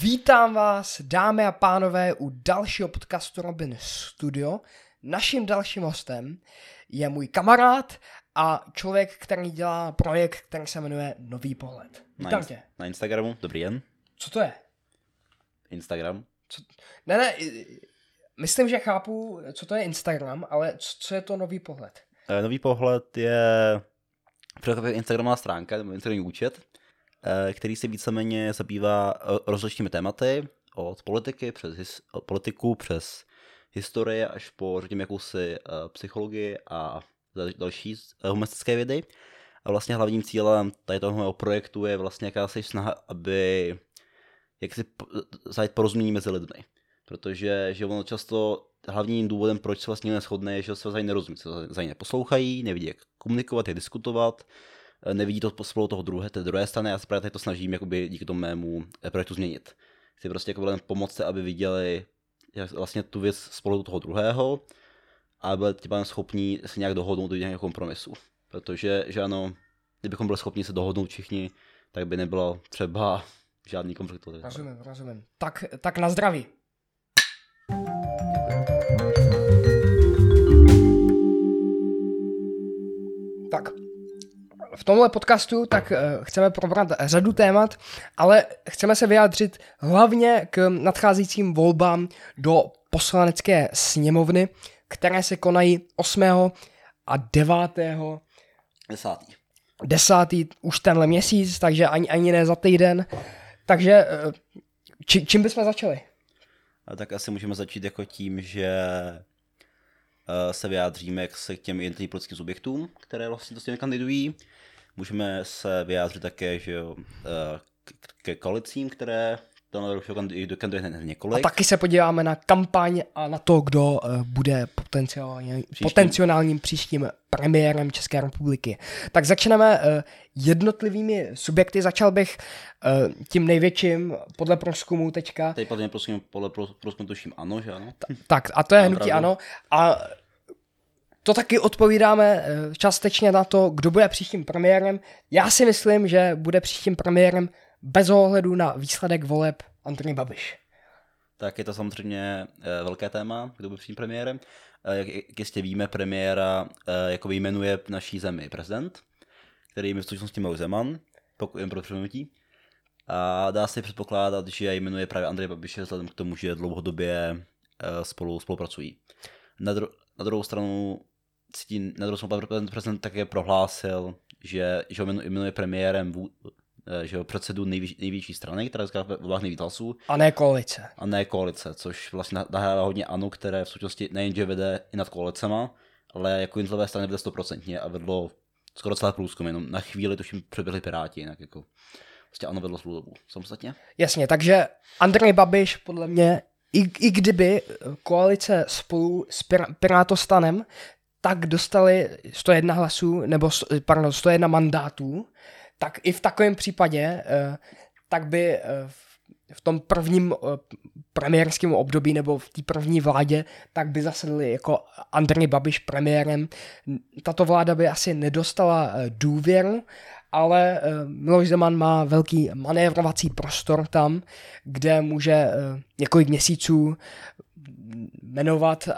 Vítám vás, dámy a pánové, u dalšího podcastu Robin Studio. Naším dalším hostem je můj kamarád a člověk, který dělá projekt, který se jmenuje Nový pohled. Vítám tě. Na Instagramu, dobrý den. Co to je? Instagram. Ne, myslím, že chápu, co to je Instagram, ale co je to Nový pohled? Nový pohled je Instagramová stránka, nebo Instagramový účet, který se víceméně zabývá rozličnými tématy, od politiky přes politiku, přes historie až po, řekněme, jakousi psychologii a další humanistické vědy. A vlastně hlavním cílem tady toho mého projektu je vlastně jakási snaha, aby jak si zajít porozumění mezi lidmi. Protože že ono často hlavním důvodem, proč se vlastně neshodne, je, že se vzájemně nerozumí, se vzájemně neposlouchají, nevidí, jak komunikovat, jak diskutovat, nevidí to spolu toho té druhé strany. Já se právě to snažím jakoby díky tomu mému projektu změnit. Chci prostě jako pomoct, aby viděli vlastně tu věc spolu toho druhého a byli tím schopní se nějak dohodnout do nějakého kompromisu. Protože že ano, kdybychom byli schopni se dohodnout všichni, tak by nebylo třeba žádný konflikt. Rozumím. Tak na zdraví. Tak, v tomhle podcastu tak chceme probrat řadu témat, ale chceme se vyjádřit hlavně k nadcházejícím volbám do poslanecké sněmovny, které se konají 8. a 9. 10. už tenhle měsíc, takže ani ne za týden. Takže čím bychom začali? Tak asi můžeme začít jako tím, že se vyjádříme k těm jednotlivým politickým subjektům, které vlastně to s těmi kandidují. Můžeme se vyjádřit také, že ke koalicím, které to kandiduje hned několik. A taky se podíváme na kampaň a na to, kdo bude potenciálním příštím premiérem České republiky. Tak začneme jednotlivými subjekty. Začal bych tím největším podle průzkumu teďka. Teď podle průzkumu tuším ANO, že ano? Tak a to je hnutí ANO. A to taky odpovídáme částečně na to, kdo bude příštím premiérem. Já si myslím, že bude příštím premiérem bez ohledu na výsledek voleb Andrej Babiš. Tak je to samozřejmě velké téma, kdo bude příštím premiérem. Jak jistě víme, premiéra jakoby jmenuje v naší zemi prezident, který je v skutečnosti Miloš Zeman, pokud jen pro připomenutí. A dá se předpokládat, že jmenuje právě Andrej Babiše vzhledem k tomu, že dlouhodobě spolupracují. Na druhou stranu prezident také prohlásil, že ho jmenuje premiérem že předsedu největší strany, která získá ve volbách nejvíc hlasů. A ne koalice. Což vlastně nahrává hodně ANO, které v současnosti nejenže vede i nad koalicema, ale jako jednotlivé strany vede 100% a vedlo skoro celé průzkum, jenom na chvíli tuším přeběhli Piráti, jinak jako vlastně ANO vedlo svou dobu. Samostatně? Jasně, takže Andrej Babiš podle mě, i kdyby koalice spolu s Pirátostanem, tak dostali 101 hlasů, nebo 101 mandátů, tak i v takovém případě, tak by v tom prvním premiérském období nebo v té první vládě, tak by zasedli jako Andrej Babiš premiérem. Tato vláda by asi nedostala důvěru, ale Miloš Zeman má velký manévrovací prostor tam, kde může několik měsíců jmenovat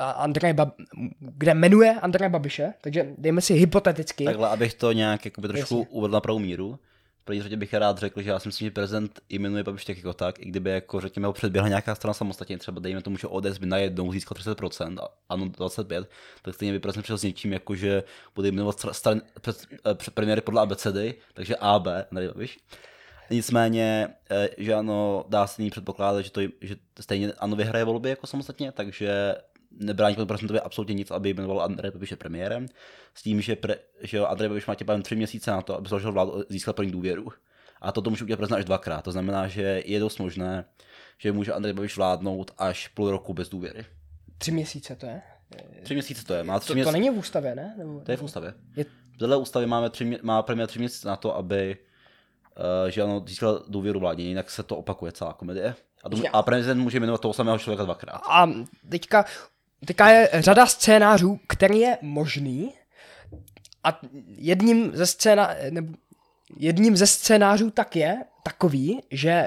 kde jmenuje Andreje Babiše, takže dejme si hypoteticky. Takhle, abych to nějak jakoby trošku uvedl na pravou míru. V první řadě bych rád řekl, že já si myslím, že prezident jmenuje Babiše jako tak, i kdyby jako řekněme ho předběhla nějaká strana samostatně, třeba dejme tomu, že ODS by najednou získal 30% a ANO 25%, tak stejně by prezident přišel s něčím, jako že bude jmenovat premiéry podle abecedy, takže AB, Andrej Babiš. Nicméně, že ano, dá se nyní předpokládat, že stejně ANO vyhraje volby jako samostatně, takže nebrání panu prezidentovi absolutně nic, aby jmenoval Andreje Babiše premiérem, s tím, že Andrej Babiš má těm 3 měsíce na to, aby založil vládu a získal první důvěru. A toto může udělat prezident až 2krát, to znamená, že je dost možné, že může Andrej Babiš vládnout až půl roku bez důvěry. 3 měsíce to je? 3 měsíce to je. To není v ústavě, ne? To je v ústavě. Podle ústavy má premiér 3 měsíce na to, aby že ano, získal důvěru vládě, jinak se to opakuje celá komedie. A prezident může jmenovat toho samého člověka 2krát. A teďka je řada scénářů, který je možný a jedním ze scénářů tak je takový, že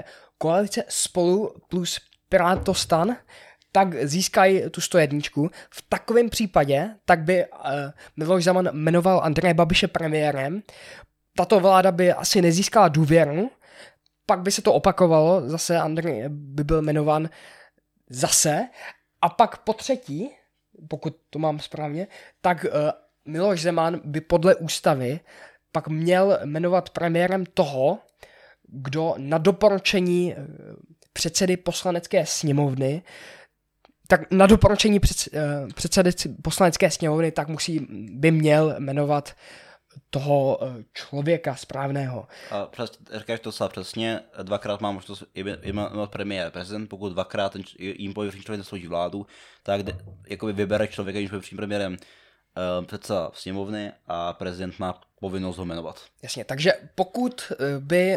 koalice Spolu plus Pirátostan, tak získají tu 101. V takovém případě tak by Miloš Zeman jmenoval Andreje Babiše premiérem, tato vláda by asi nezískala důvěru, pak by se to opakovalo, zase Andrej by byl jmenován zase a pak po třetí, pokud to mám správně, tak Miloš Zeman by podle ústavy pak měl jmenovat premiérem toho, kdo na doporučení předsedy poslanecké sněmovny, tak na doporučení předsedy poslanecké sněmovny tak by měl jmenovat toho člověka správného. A říkáš to sám přesně, dvakrát má možnost jmenovat premiér prezident, pokud dvakrát jim pověřený člověk neslouží vládu, tak jakoby vybere člověka, když bude premiérem předseda sněmovny a prezident má povinnost ho jmenovat. Jasně, takže pokud by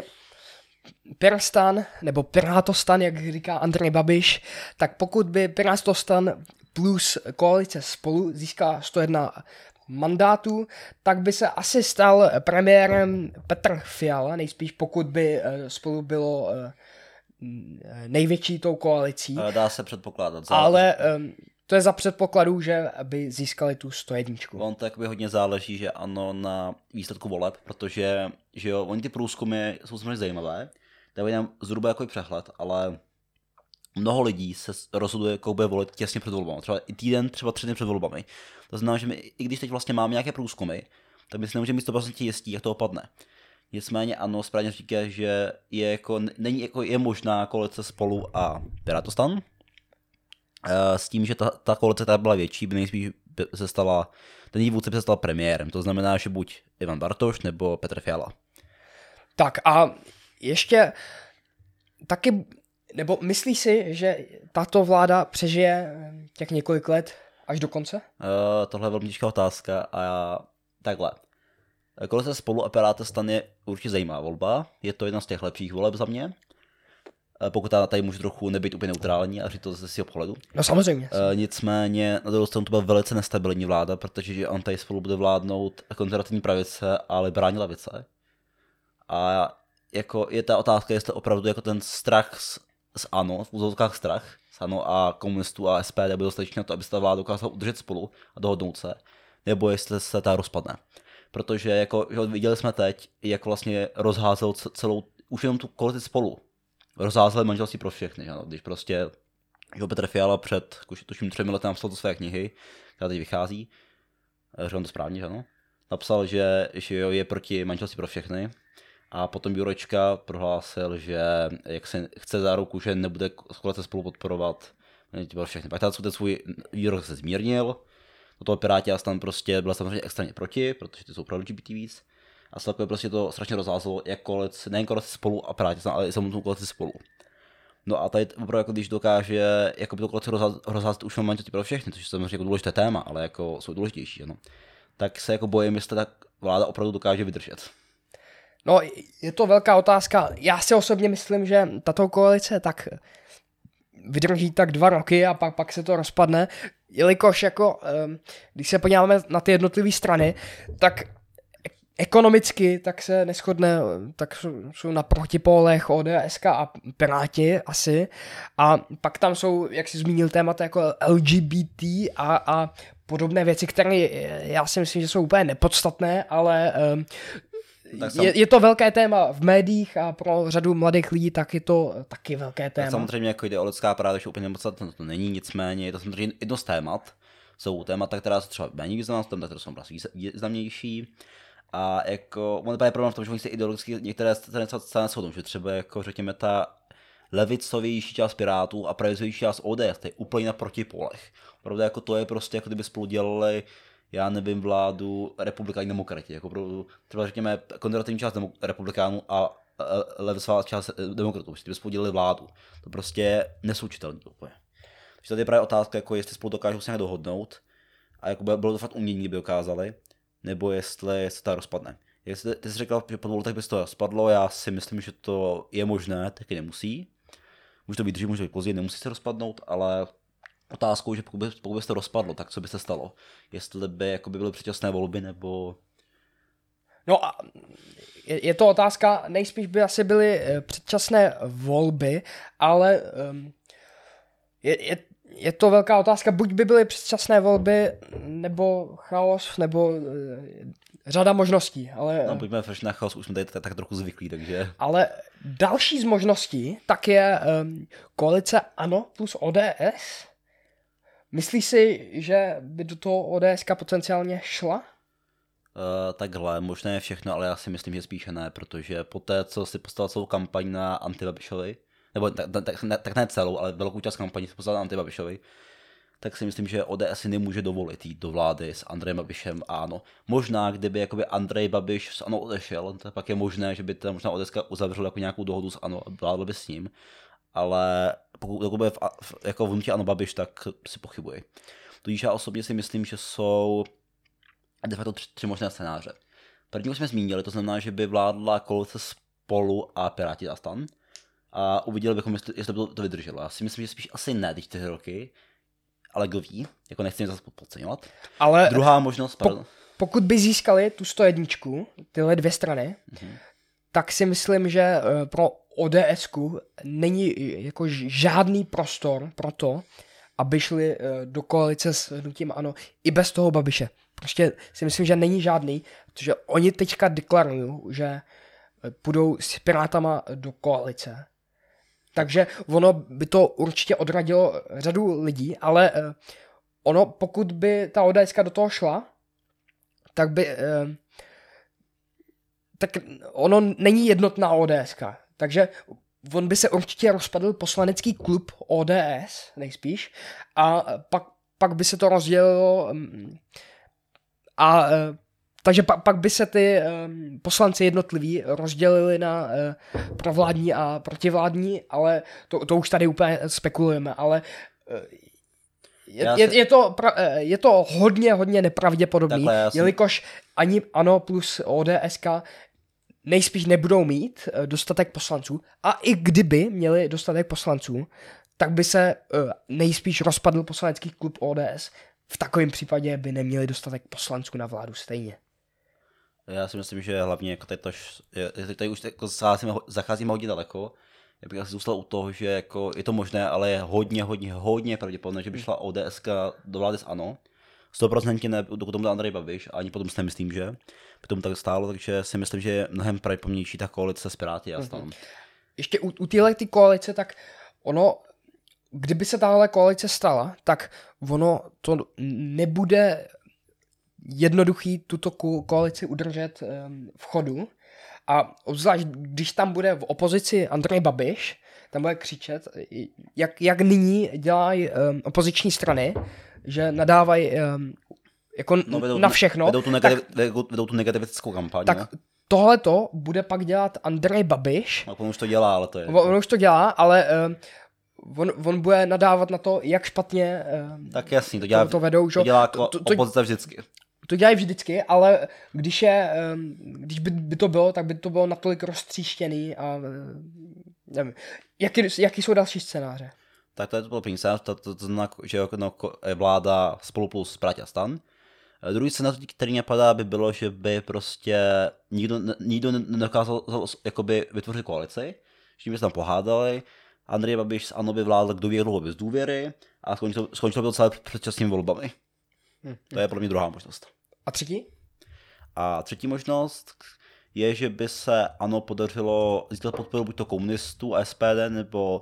Pirstan nebo Pirátostan, jak říká Andrej Babiš, tak pokud by Pirátostan plus koalice Spolu získala 101 mandátů, tak by se asi stal premiérem Petr Fiala, nejspíš pokud by Spolu bylo největší tou koalicí. Dá se předpokládat. Ale to je za předpokladu, že by získali tu 101. On tak by hodně záleží, že ano, na výsledku voleb, protože že jo, oni ty průzkumy jsou samozřejmě zajímavé, dávají nám zhruba jako přehled, ale mnoho lidí se rozhoduje, koho bude volit těsně před volbami, třeba i týden, třeba 3 dny před volbami. To znamená, že my, i když teď vlastně máme nějaké průzkumy, tak my si nemůžeme mít 100% jistí, jak to opadne. Nicméně ano, správně říká, že je jako, není jako je možná koalice Spolu a Pirátostan, s tím, že ta koalice ta byla větší, by nejspíš se stala, ten její vůdce by se stal premiérem, to znamená, že buď Ivan Bartoš nebo Petr Fiala. Tak a ještě taky, nebo myslíš si, že tato vláda přežije těch několik let až do konce? Tohle je velmi těžká otázka a takhle. Koalice Spolu a Pirátostan je určitě zajímavá volba, je to jedna z těch lepších voleb za mě. Pokud tady můžu trochu nebyt úplně neutrální a říct to ze svého pohledu. No samozřejmě. Nicméně na druhou stranu to byla velice nestabilní vláda, protože on tady Spolu bude vládnout konzervativní pravice a liberální levice. A jako je ta otázka, jestli opravdu jako ten strach z ANO, v úzovkách strach z ANO a komunistů a SPD byl dostatečný na to, aby se ta vláda dokázala udržet spolu a dohodnout se, nebo jestli se ta rozpadne. Protože jako viděli jsme teď, jak vlastně rozházel celou, už jenom tu koalici Spolu. Rozházeli manželství pro všechny, ano? Když prostě Petr Fiala před tuším 3 lety napsal do své knihy, která teď vychází, říkám to správně, že ano? Napsal, že je proti manželství pro všechny a potom Jurečka prohlásil, že jak se chce záruku, že nebude koalice Spolu podporovat manželství pro všechny. Pak ten svůj výrok se zmírnil, do toho Piráti a Stan prostě byla samozřejmě extrémně proti, protože ty jsou pro LGBT víc. A celkově prostě to strašně rozházelo, jak koalice, nejen koalice Spolu a Piráti, ale i samotnou koalici Spolu. No a tady opravdu jako když dokáže jako by to koalice rozházet už manželství pro všechny, což je samozřejmě jako důležité téma, ale jako jsou důležitější, ano. Tak se jako bojím, jestli ta vláda opravdu dokáže vydržet. No, je to velká otázka. Já si osobně myslím, že tato koalice tak vydrží tak 2 roky a pak se to rozpadne, jelikož jako, když se podíváme na ty jednotlivé strany, tak ekonomicky tak se neshodne, tak jsou na protipólech ODS a Piráti asi a pak tam jsou, jak jsi zmínil, témata jako LGBT a podobné věci, které já si myslím, že jsou úplně nepodstatné, ale je to velké téma v médiích a pro řadu mladých lidí tak je to taky velké téma. Tak samozřejmě jako jde o lidská práva, takže úplně nepodstatné to není, nicméně je to samozřejmě jedno z témat. Jsou témata, která jsou třeba méně významná, témata, které jsou významnější. A jako, on je problém v tom, že oni se ideologicky některé strany neshodnou, že třeba jako řekněme ta levicovější část Pirátů a pravicovější část ODS, to je úplně na protipolech. Opravdu jako to je prostě, jako kdyby spolu dělali, já nevím, vládu republikání demokrati, jako opravdu, třeba řekněme konzervativní část republikánů a levicová část demokratů, kdyby spolu dělali vládu. To prostě je neslučitelné úplně. Takže tady je právě otázka, jako jestli spolu dokážou se nějak dohodnout a jako bylo to fakt umění, kdyby dokázali, nebo jestli se to rozpadne. Jestli ty jsi říkal, že po 2 letech by se to rozpadlo, já si myslím, že to je možné, taky nemusí. Může to být dřív, může být později, nemusí se rozpadnout, ale otázkou, že pokud by se to rozpadlo, tak co by se stalo? Jestli by byly předčasné volby, nebo... No a je to otázka, nejspíš by asi byly předčasné volby, ale je to velká otázka, buď by byly předčasné volby, nebo chaos, nebo řada možností. Ale, no, buďme fresh na chaos, už jsme tady tak trochu zvyklí, takže... Ale další z možností, tak je koalice ANO plus ODS. Myslíš si, že by do toho ODSka potenciálně šla? Takhle, možná je všechno, ale já si myslím, že spíše ne, protože po té, co si postavil celou kampaň na Antibabišovi, nebo tak ne celou, ale velkou část kampaní si postavil na Antibabišovi, tak si myslím, že ODS si nemůže dovolit jít do vlády s Andrejem Babišem a ANO. Možná, kdyby jakoby Andrej Babiš s ANO odešel, tak pak je možné, že by to možná ODS uzavřel jako nějakou dohodu s ANO a vládl by s ním, ale pokud bude jako vnutí ANO Babiš, tak si pochybuji. Tudíž já osobně si myslím, že jsou de facto tři možné scénáře. První už jsme zmínili, to znamená, že by vládla koalice Spolu a Piráti a STAN a uviděli bychom, jestli by to vydrželo. Já si myslím, že spíš asi ne, teď 4 roky, ale kdo ví, jako nechci zase podceňovat. Ale druhá možnost, pokud by získali tu 101, tyhle dvě strany, tak si myslím, že pro ODSku není jako žádný prostor pro to, aby šli do koalice s hnutím ANO i bez toho Babiše. Prostě si myslím, že není žádný, protože oni teďka deklarují, že půjdou s Pirátama do koalice. Takže ono by to určitě odradilo řadu lidí, ale ono, pokud by ta ODSka do toho šla, tak by... tak ono není jednotná ODSka. Takže on by se určitě rozpadl poslanecký klub ODS, nejspíš, a pak by se to rozdělilo a takže pak by se ty poslanci jednotliví rozdělili na provládní a protivládní, ale to už tady úplně spekulujeme, ale je to hodně nepravděpodobný, jelikož ani ANO plus ODSka nejspíš nebudou mít dostatek poslanců a i kdyby měli dostatek poslanců, tak by se nejspíš rozpadl poslanecký klub ODS. V takovém případě by neměli dostatek poslanců na vládu stejně. Já si myslím, že hlavně jako tady už jako zacházíme hodně daleko. Já bych asi zůstal u toho, že jako je to možné, ale je hodně pravděpodobné, že by šla ODSka do vlády s ANO. 100% ne, dokud tomu dá Andrej Babiš, ani potom si nemyslím, že by tomu tak stálo, takže si myslím, že je mnohem pravděpodobnější ta koalice s Piráty a STAN. Ještě u téhle koalice, tak ono, kdyby se tahle koalice stala, tak ono to nebude jednoduchý tuto koalici udržet v chodu. A obzvlášť, když tam bude v opozici Andrej Babiš, tam bude křičet, jak nyní dělají opoziční strany, že nadávají jako na všechno. Vedou tu negativistickou kampaň. Tak tohleto bude pak dělat Andrej Babiš. On už to dělá, ale to je. On už to dělá, ale on bude nadávat na to, jak špatně tak jasný, to vedou. To dělá opozice vždycky. To dělají vždycky, ale když by to bylo, tak by to bylo natolik roztříštěný a nevím. Jaký jsou další scénáře? Tak to je to byl první scénář, to znamená, že vláda Spolu plus Piráti a STAN. Druhý scénář, který mě padá, by bylo, že by prostě nikdo nedokázal jakoby vytvořit koalici, že by se tam pohádali, Andrej Babiš s ANO by vládl k důvěru bez důvěry a skončilo by to celé předčasnými volbami. To je pro mě druhá možnost. A třetí? A třetí možnost je, že by se ANO podařilo získat podporu buď to komunistů a SPD, nebo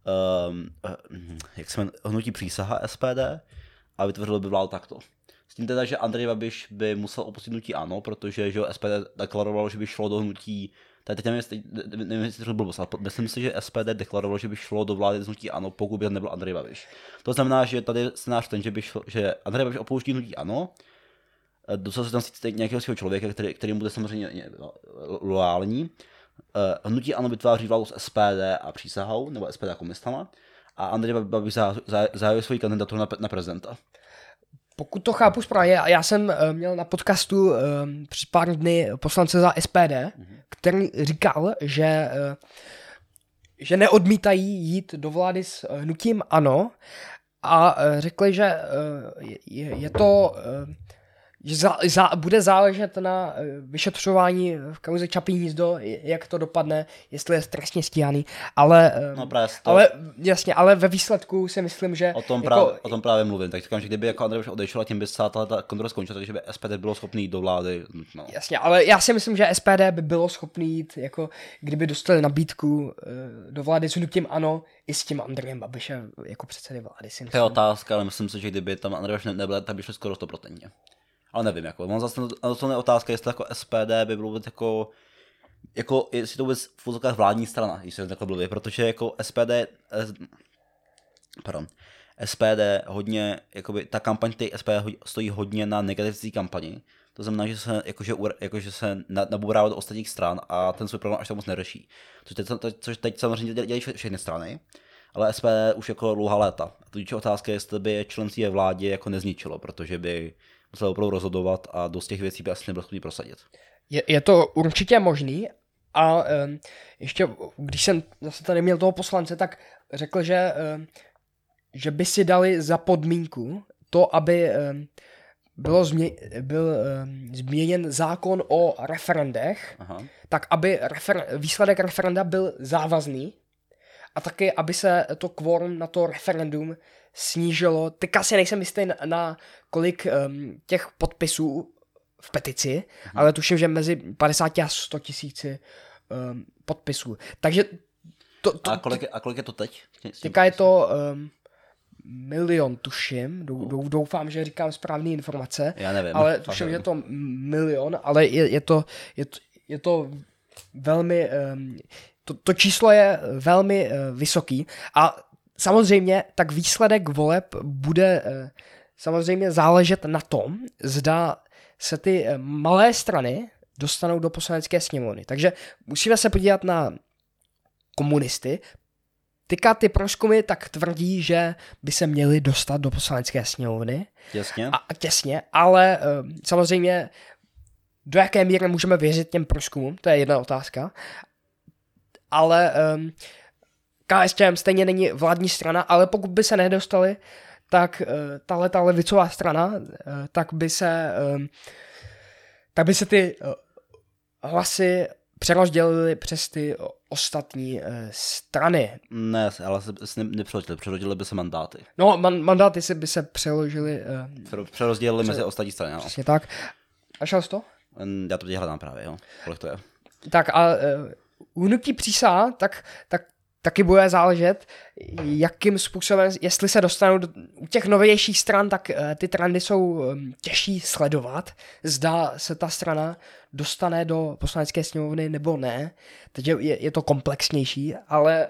jak se jmenuje, hnutí Přísaha SPD a vytvořilo by vládu takto. S tím teda, že Andrej Babiš by musel opustit hnutí ANO, protože že SPD deklarovalo, že by šlo do hnutí, teď nevím, jestli to blbost, ale myslím si, že SPD deklarovalo, že by šlo do vlády z hnutí ANO, pokud by nebyl Andrej Babiš. To znamená, že tady je scénář ten, že Andrej Babiš opouští hnutí ANO, docela se tam cítí nějakého svého člověka, který bude samozřejmě loajální. Hnutí ANO vytváří vládu s SPD a Přísahou, nebo SPD a komunistama, a Andrej Babiš zahajuje svoji kandidaturu na prezidenta. Pokud to chápu správně, já jsem měl na podcastu před pár dny poslance za SPD, který říkal, že neodmítají jít do vlády s hnutím ANO a řekli, že že bude záležet na vyšetřování v kauze Čapí hnízdo, jak to dopadne, jestli je trestně stíhaný, ale, ale ve výsledku si myslím, že... O tom právě mluvím, tak říkám, že kdyby jako Andrej už odešel a tím by se ta kontrola skončila, takže by SPD bylo schopný jít do vlády. No. Jasně, ale já si myslím, že SPD by bylo schopný jít, jako kdyby dostali nabídku do vlády s hnutím ANO i s tím Andrejem Babišem jako předsedy vlády. To je otázka, ale myslím si, že kdyby tam Andrej už nebyl, tak by šli skoro 100%. Ale nevím, jako, mám zase na to otázka, jestli jako SPD by bylo vůbec jako jestli to vůbec v úzokách vládní strana, jestli to takhle bylo, protože jako SPD hodně, jakoby, ta kampaň té SPD stojí hodně na negativní kampani, to znamená, že se nabourává do ostatních stran a ten svůj program až tak moc neřeší. Což teď samozřejmě dělají všechny strany, ale SPD už jako dlouhá léta. A tudíž otázka je, jestli by členství ve vládě jako nezničilo, protože by musel opravdu rozhodovat a dost těch věcí by asi nebyl schopný prosadit. Je to určitě možný a ještě, když jsem zase tady měl toho poslance, tak řekl, že by si dali za podmínku to, aby byl změněn zákon o referendech, tak aby výsledek referenda byl závazný a taky, aby se to kvorum na to referendum snížilo. Teďka si nejsem jistý na kolik těch podpisů v petici, ale tuším, že mezi 50 a 100 tisíci podpisů. Takže a kolik je to teď? Teďka je to 1 000 000, tuším. Doufám, že říkám správné informace. Já nevím. Ale tuším, že je to 1 000 000, ale je to velmi... To číslo je velmi vysoký a samozřejmě tak výsledek voleb bude samozřejmě záležet na tom, zda se ty malé strany dostanou do poslanecké sněmovny. Takže musíme se podívat na komunisty. Teďka ty průzkumy tak tvrdí, že by se měli dostat do poslanecké sněmovny. Těsně, ale samozřejmě do jaké míry můžeme věřit těm průzkumům, to je jedna otázka. Ale KSČM stejně není vládní strana, ale pokud by se nedostali, tak ta levicová strana, tak by se ty hlasy přerozdělily přes ty ostatní strany. Ne, ale se přerozdělily by se mandáty. No, mandáty by se přeložily... Přerozdělily mezi ostatní strany, no. Přesně tak. Našel jsi to? Já to teď hledám právě, jo. Kolik to je? Tak a u hnutí Přísaha, taky bude záležet, jakým způsobem, jestli se dostanou u těch novějších stran, tak ty trendy jsou těžší sledovat. Zda se ta strana dostane do poslanecké sněmovny nebo ne. Teď je to komplexnější, ale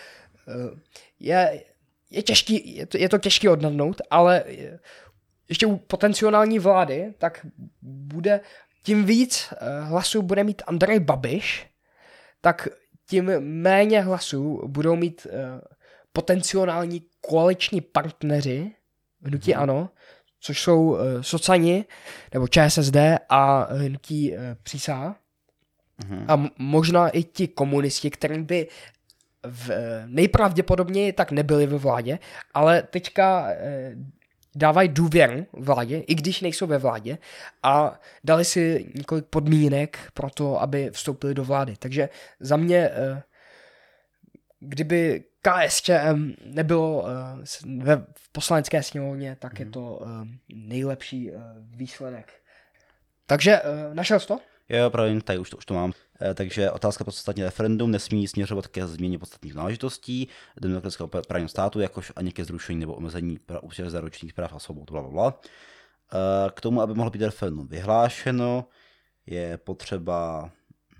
je to těžký odhadnout, ale ještě u potenciální vlády, tak bude tím víc hlasů bude mít Andrej Babiš, tak tím méně hlasů budou mít potenciální koaliční partneři hnutí ANO, což jsou socani, nebo ČSSD a hnutí Přísaha. A možná i ti komunisti, kterým by nejpravděpodobněji tak nebyli ve vládě, ale teďka dávají důvěru vládě, i když nejsou ve vládě, a dali si několik podmínek pro to, aby vstoupili do vlády. Takže za mě, kdyby KSČM nebylo v poslanecké sněmovně, tak je to nejlepší výsledek. Takže našel jsi to? Jo, pravděpodobně, tady už to mám. Takže otázka podstatně referendum nesmí směřovat ke změně podstatných náležitostí demokratického právního státu, jakož ani ke zrušení nebo omezení záručních práv a svobod, blablabla. K tomu, aby mohlo být referendum vyhlášeno, je potřeba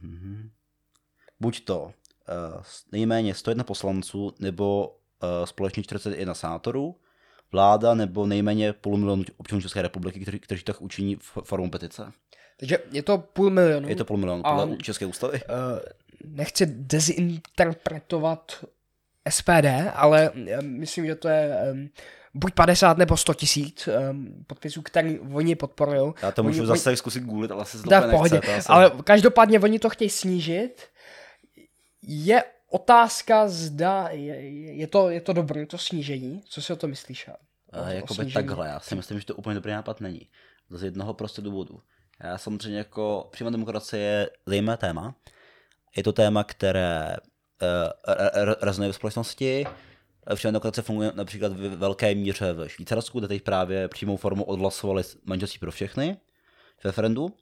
buď to nejméně 101 poslanců nebo společně 41 senátorů, vláda nebo nejméně 500 000 občanů České republiky, kteří tak učiní formou petice. Takže je to 500 000. Je to 500 000 podle České ústavy. Nechci dezinterpretovat SPD, ale myslím, že to je buď 50 nebo 100 000 podpisů, který oni podporují. Já to můžu zase zkusit googlit, ale se to nechce. Ale každopádně oni to chtějí snížit. Je otázka, zda je to dobré, to snížení. Co si o to myslíš? Jakoby takhle, já si myslím, že to úplně dobrý nápad není. Z jednoho prostě důvodu. Já samozřejmě jako přímá demokracie je zajímavé téma. Je to téma, které rezonuje v společnosti. Přímá demokracie funguje například v velké míře v Švýcarsku, kde teď právě přímou formou odhlasovali manželství pro všechny v referendu.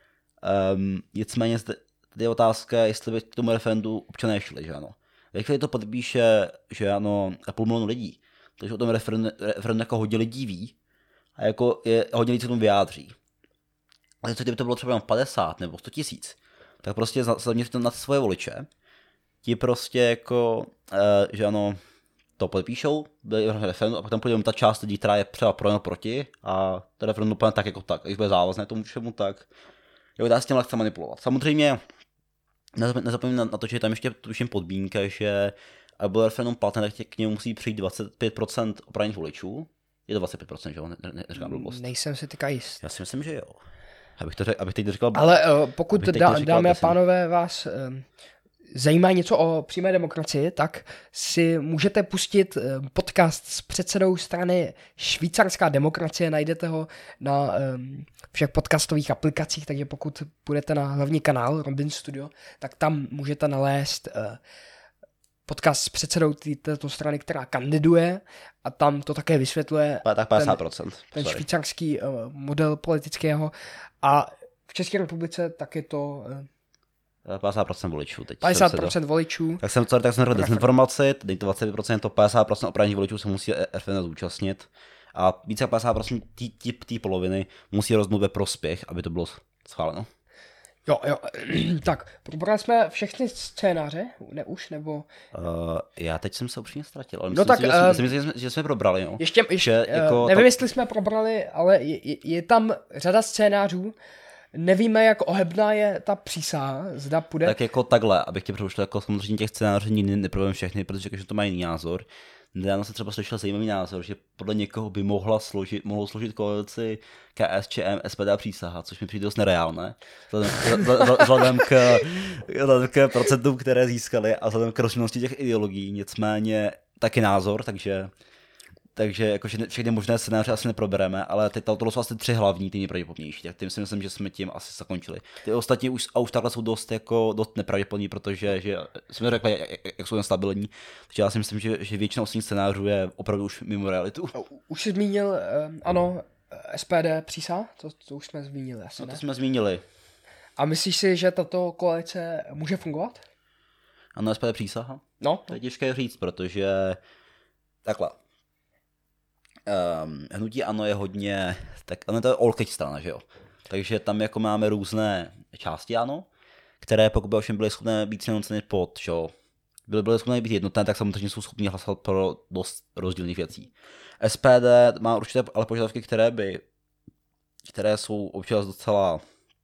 Nicméně zde je otázka, jestli by k tomu referendu občané šli, že ano. Ve chvíli to podpíše, že ano, 500 000 lidí, takže o tom referendu jako hodně lidí ví a jako je hodně lidí se tomu vyjádří. Ale co kdyby to bylo třeba 50 nebo 100 000, tak prostě zaměřte na svoje voliče, ti prostě jako, že ano, to podpíšou, byli referendum a pak tam půjde ta část lidí, která je třeba pro nebo proti a to referendum úplně tak jako tak, když bude závazné tomu všemu, tak jo, dá se tím lehce manipulovat. Samozřejmě nezapomeňme na to, že je tam ještě tuším podmínka, že aby byl referendum platné, tak k němu musí přijít 25% oprávněných voličů. Je to 25%, že jo? Neříkám blbost. Nejsem si teďka jist. Já si myslím, že jo. Abych teď říkal... Ale pokud dámy a pánové vás zajímá něco o přímé demokracii, tak si můžete pustit podcast s předsedou strany Švýcarská demokracie, najdete ho na všech podcastových aplikacích, takže pokud půjdete na hlavní kanál Robin Studio, tak tam můžete nalézt podcast s předsedou této strany, která kandiduje a tam to také vysvětluje tak 50%. ten švýcarský model politického a v České republice tak je to 50% voličů teď. 50% voličů. Tak jsem řekl dezinformaci, teď to 25%, to 50% oprávněných voličů se musí referenda zúčastnit a více jak 50% té poloviny musí rozhodnout ve prospěch, aby to bylo schváleno. Jo, tak, probrali jsme všechny scénáře, ne už, nebo... Já teď jsem se upřímně ztratil, ale myslím, že jsme probrali, no. Ještě jako nevím, jestli jsme probrali, ale je tam řada scénářů, nevíme, jak ohebná je ta přísaha, zda půjde... Tak jako takhle, abych tě přerušil, jako samozřejmě těch scénářů nikdy neprobujeme všechny, protože každý to má jiný názor. Nedávno se třeba slyšel zajímavý názor, že podle někoho by mohlo složit koalici KSČM, SPD a přísaha, což mi přijde dost nereálné, vzhledem k procentům, které získali a vzhledem k rozšířenosti těch ideologií, nicméně taky názor, takže jako všechny možné scénáře asi neprobereme, ale teď to jsou asi 3 hlavní, ty nejpravděpodobnější, tak tím si myslím, že jsme tím asi zakončili. Ty ostatní už takhle jsou dost nepravděpodobní, protože že jsme řekli, jak jsou nestabilní, takže já si myslím, že většina ostatních scénářů je opravdu už mimo realitu. Už jsi zmínil, ano, SPD přísaha, to už jsme zmínili asi, no, ne? To jsme zmínili. A myslíš si, že tato koalice může fungovat? Ano, SPD přísaha? No. To je těžké říct, protože takhle. Hnutí ANO je hodně, tak ano, to je all strana, že jo. Takže tam jako máme různé části ANO, které pokud by ovšem byly schopné být sjednoceny pod, že jo, byly schopné být jednotné, tak samozřejmě jsou schopni hlasovat pro dost rozdílných věcí. SPD má určité ale požadavky, které jsou občas docela,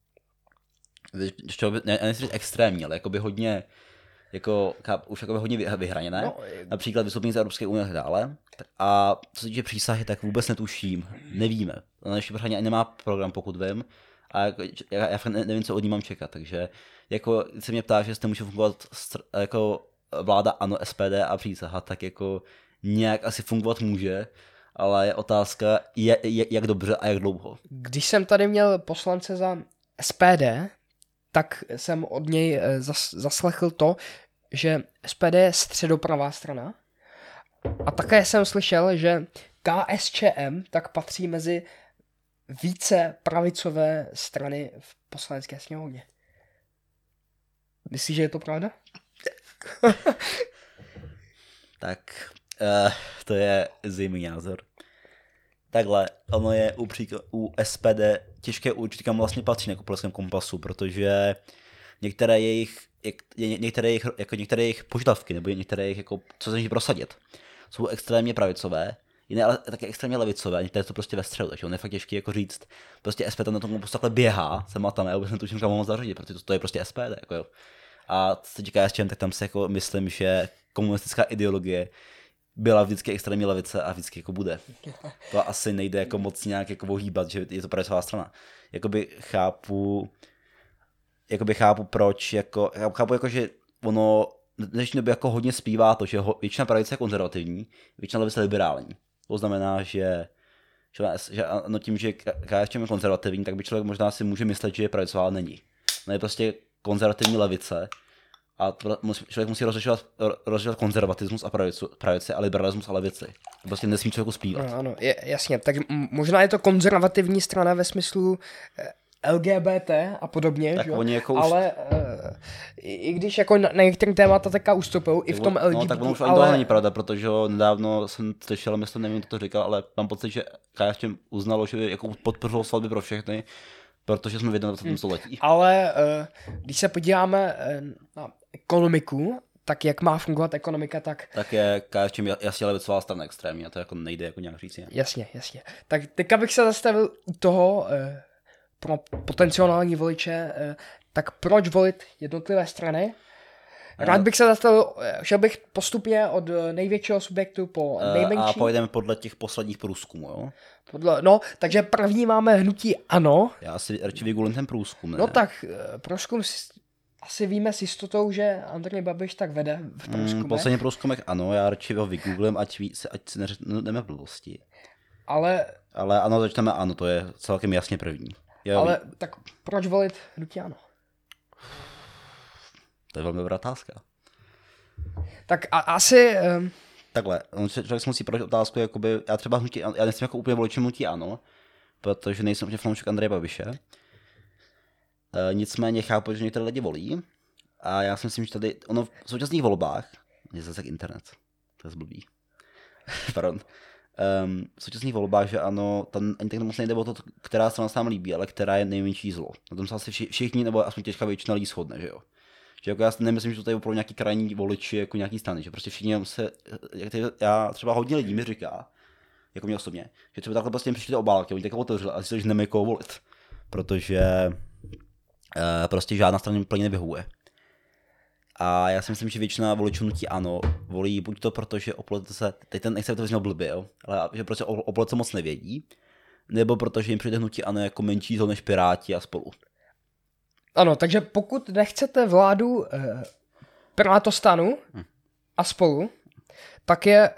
nechci říct extrémní, ale jakoby hodně, už hodně vyhraněné, no, například vystoupení z Evropské unie a tak dále. A co se týče přísahy, tak vůbec netuším, nevíme. Naše Brhaně ani nemá program, pokud vím, a já nevím, co od ní mám čekat, takže jako se mě ptá, že jestli může fungovat jako vláda ANO, SPD a přísaha, tak jako nějak asi fungovat může, ale je otázka, jak dobře a jak dlouho. Když jsem tady měl poslance za SPD, tak jsem od něj zaslechl to, že SPD je středopravá strana. A také jsem slyšel, že KSČM tak patří mezi více pravicové strany v poslanecké sněmovně. Myslíš, že je to pravda? Tak, to je zajímavý názor. Takhle, ono je u SPD těžké určitě, kam vlastně patří jako politickém kompasu, protože některé jejich požadavky nebo některé jejich, jako, co se může prosadit, jsou extrémně pravicové, jiné ale také extrémně levicové, a některé jsou prostě ve středu, takže on je fakt těžký jako říct, prostě SPD na tom kompostu takhle běhá, se má tam, já vůbec netuším, kam ho moc zařadit, protože to je prostě SPD, jako jo. A co se týká s čem, tak tam se jako myslím, že komunistická ideologie byla vždycky extrémně levice a vždycky jako bude. To asi nejde jako moc nějak jako ohýbat, že je to pravicová strana. Jakoby chápu proč, chápu jako, že ono v dnešní době jako hodně zpívá to, že většina pravice je konzervativní, většina levice je liberální. To znamená, že že ano, tím, že KSČM je konzervativní, tak by člověk možná si může myslet, že je pravicová, ale není. No je prostě konzervativní levice a člověk musí rozlišovat konzervatismus a pravici a liberalismus a levici. To prostě nesmí člověku zpívat. Ano, jasně, tak možná je to konzervativní strana ve smyslu LGBT a podobně, tak že? Oni jako ale i když jako na některé témata taká ustupou, i v tom LGBT, no, tak ono už ani to není pravda, protože nedávno jsem slyšel, myslím, nevím, kdo to říkal, ale mám pocit, že KSČM uznalo, že jako podpořilo svatby pro všechny, protože jsme v 21. století. Ale když se podíváme na ekonomiku, tak jak má fungovat ekonomika, tak je KSČM jasně levicová strana extrémní a to jako nejde jako nějak říct. Jasně. Tak teďka bych se zastavil u toho pro potenciální voliče, tak proč volit jednotlivé strany? Rád bych se zastavil, šel bych postupně od největšího subjektu po nejmenší. A pojedeme podle těch posledních průzkumů, jo? Takže první máme hnutí ANO. Já si radši vygooglím ten průzkum, ne? No tak průzkum asi víme s jistotou, že Andrej Babiš tak vede v průzkumech. Poslední průzkumek ano, já radši ho vygooglím, ať si neřekneme blbosti. Ale ano, začneme ano, to je celkem jasně první. Ale tak proč volit hnutí ANO? To je velmi dobrá otázka. Tak asi... Takhle, člověk si musí položit otázku, jakoby, já třeba já nejsem jako úplně voličem hnutí ANO, protože nejsem úplně fanoušek Andreje Babiše. Nicméně chápu, že některé lidi volí a já si myslím, že tady, v současných volbách, je zase internet, to je zblbý, pardon, v současných volbách, že ano, tam ani tak moc nejde o to, která strana se nám líbí, ale která je nejmenší zlo. Na tom se asi všichni, nebo aspoň těžká většina lidí shodne, že jo. Že jako já si nemyslím, že to tady opravdu nějaký krajní voliči, jako nějaký strany, že prostě všichni já třeba hodně lidí mi říká, jako mě osobně, že třeba takhle prostě jim přišli ty obálky, oni tak otevřeli a si že nemají koho volit, protože prostě žádná strana plně nevyhovuje. A já si myslím, že většina voličů hnutí ANO volí buď to, protože o politice, teď ten nechce to vyzněl blbě, jo, ale že prostě o politice moc nevědí, nebo protože jim přijde hnutí ANO jako menší zlo než Piráti a Spolu. Ano, takže pokud nechcete vládu Pirátostanu a Spolu, tak je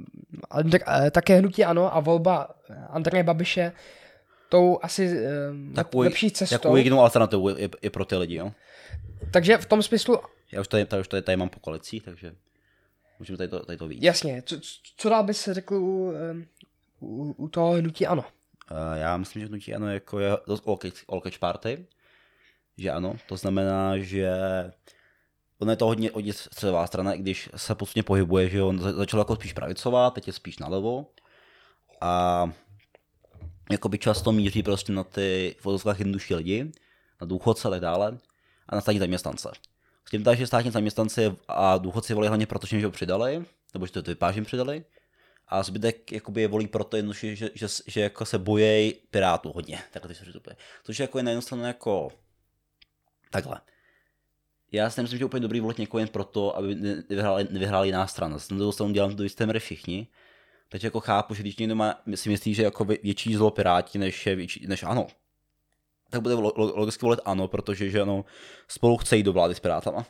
hnutí ANO a volba Andreje Babiše tou asi lepší cestou. Jakou jedinou alternativu je pro ty lidi, jo? Takže v tom smyslu... Já už tady mám po koalicích, takže můžeme tady to víc. Jasně, co dál bys řekl u toho hnutí ANO? Já myslím, že hnutí ANO jako je dost all catch party, že ano, to znamená, že ono je to hodně středová strana, i když se postupně pohybuje, že on začal jako spíš pravicová, teď je spíš nalevo a jakoby často míří prostě na ty v vozovkách jednodušší lidi, na důchodce a tak dále a na státní zaměstnance. S tím tak, že státní zaměstnanci a důchodci volí hlavně proto, že jim ho přidali, nebo že to vypážím přidali, a zbytek jakoby je volí proto jednoduše, že jako se bojejí Pirátů hodně, takhle ty se přistupuje. Což jako je na jednu stranu jako takhle. Já si nemyslím, že je úplně dobrý volit někoho jen proto, aby nevyhráli jiná strana. Na druhou stranu dělám to do jisté míry všichni, takže jako chápu, že když někdo si myslí, že jako větší zlo Piráti než ANO, tak bude logicky volit ANO, protože že ano, Spolu chce jít do vlády s Pirátama.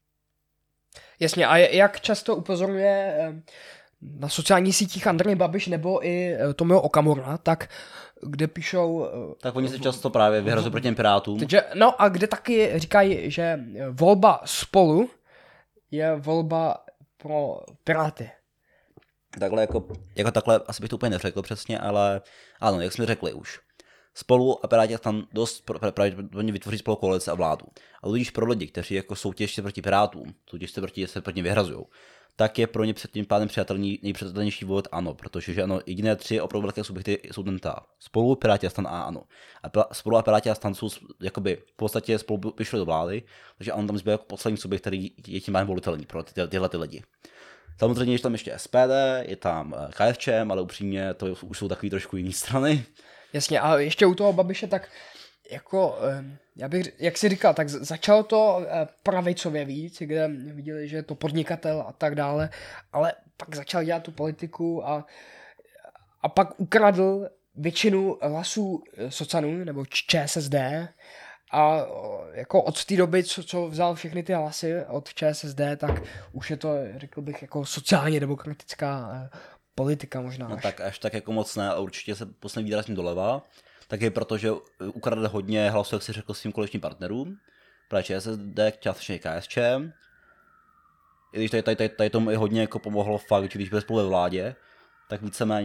Jasně, a jak často upozorňuje na sociálních sítích Andrej Babiš nebo i Tomio Okamura, tak kde píšou... Tak oni se často právě vyhrazují proti těm Pirátům. Takže, no a kde taky říkají, že volba Spolu je volba pro Piráty. Takhle jako takhle asi bych to úplně neřekl přesně, ale ano, jak jsme řekli už. Spolu a Piráti tam dost pravděpodobně vytvoří spolu koalice a vládu. A tudíž pro lidi, kteří jako soutěží proti Pirátům, tudíž se proti vyhrazují, tak je pro ně před tím pádem nejpřijatelnější volit ANO, protože že ano, jediné tři opravdu velké subjekty jsou ten Spolu, Piráti a Stan a ANO. A Spolu a Piráti a Stan jsou jakoby v podstatě spolu vyšli do vlády, takže ANO tam zbyl jako poslední subjekt, který je tím pádem volitelný pro tyhle ty lidi. Samozřejmě je tam ještě SPD, je tam KSČM, ale upřímně to už jsou takový trošku jiný strany. Jasně, a ještě u toho Babiše, tak jako, já bych, jak jsi říkal, tak začalo to pravicově víc, kde viděli, že je to podnikatel a tak dále, ale pak začal dělat tu politiku a pak ukradl většinu hlasů socanů, nebo ČSSD a jako od té doby, co vzal všechny ty hlasy od ČSSD, tak už je to, řekl bych, jako sociálně demokratická politika možná. No tak až tak jako moc ne, ale určitě se poslední výrazně doleva. Taky protože ukradl hodně hlasů, jak si řekl, svým koaličním partnerům. Právě ČSSD, částečně KSČ. I když tady tomu i hodně jako pomohlo fakt, že když byli spolu ve vládě, tak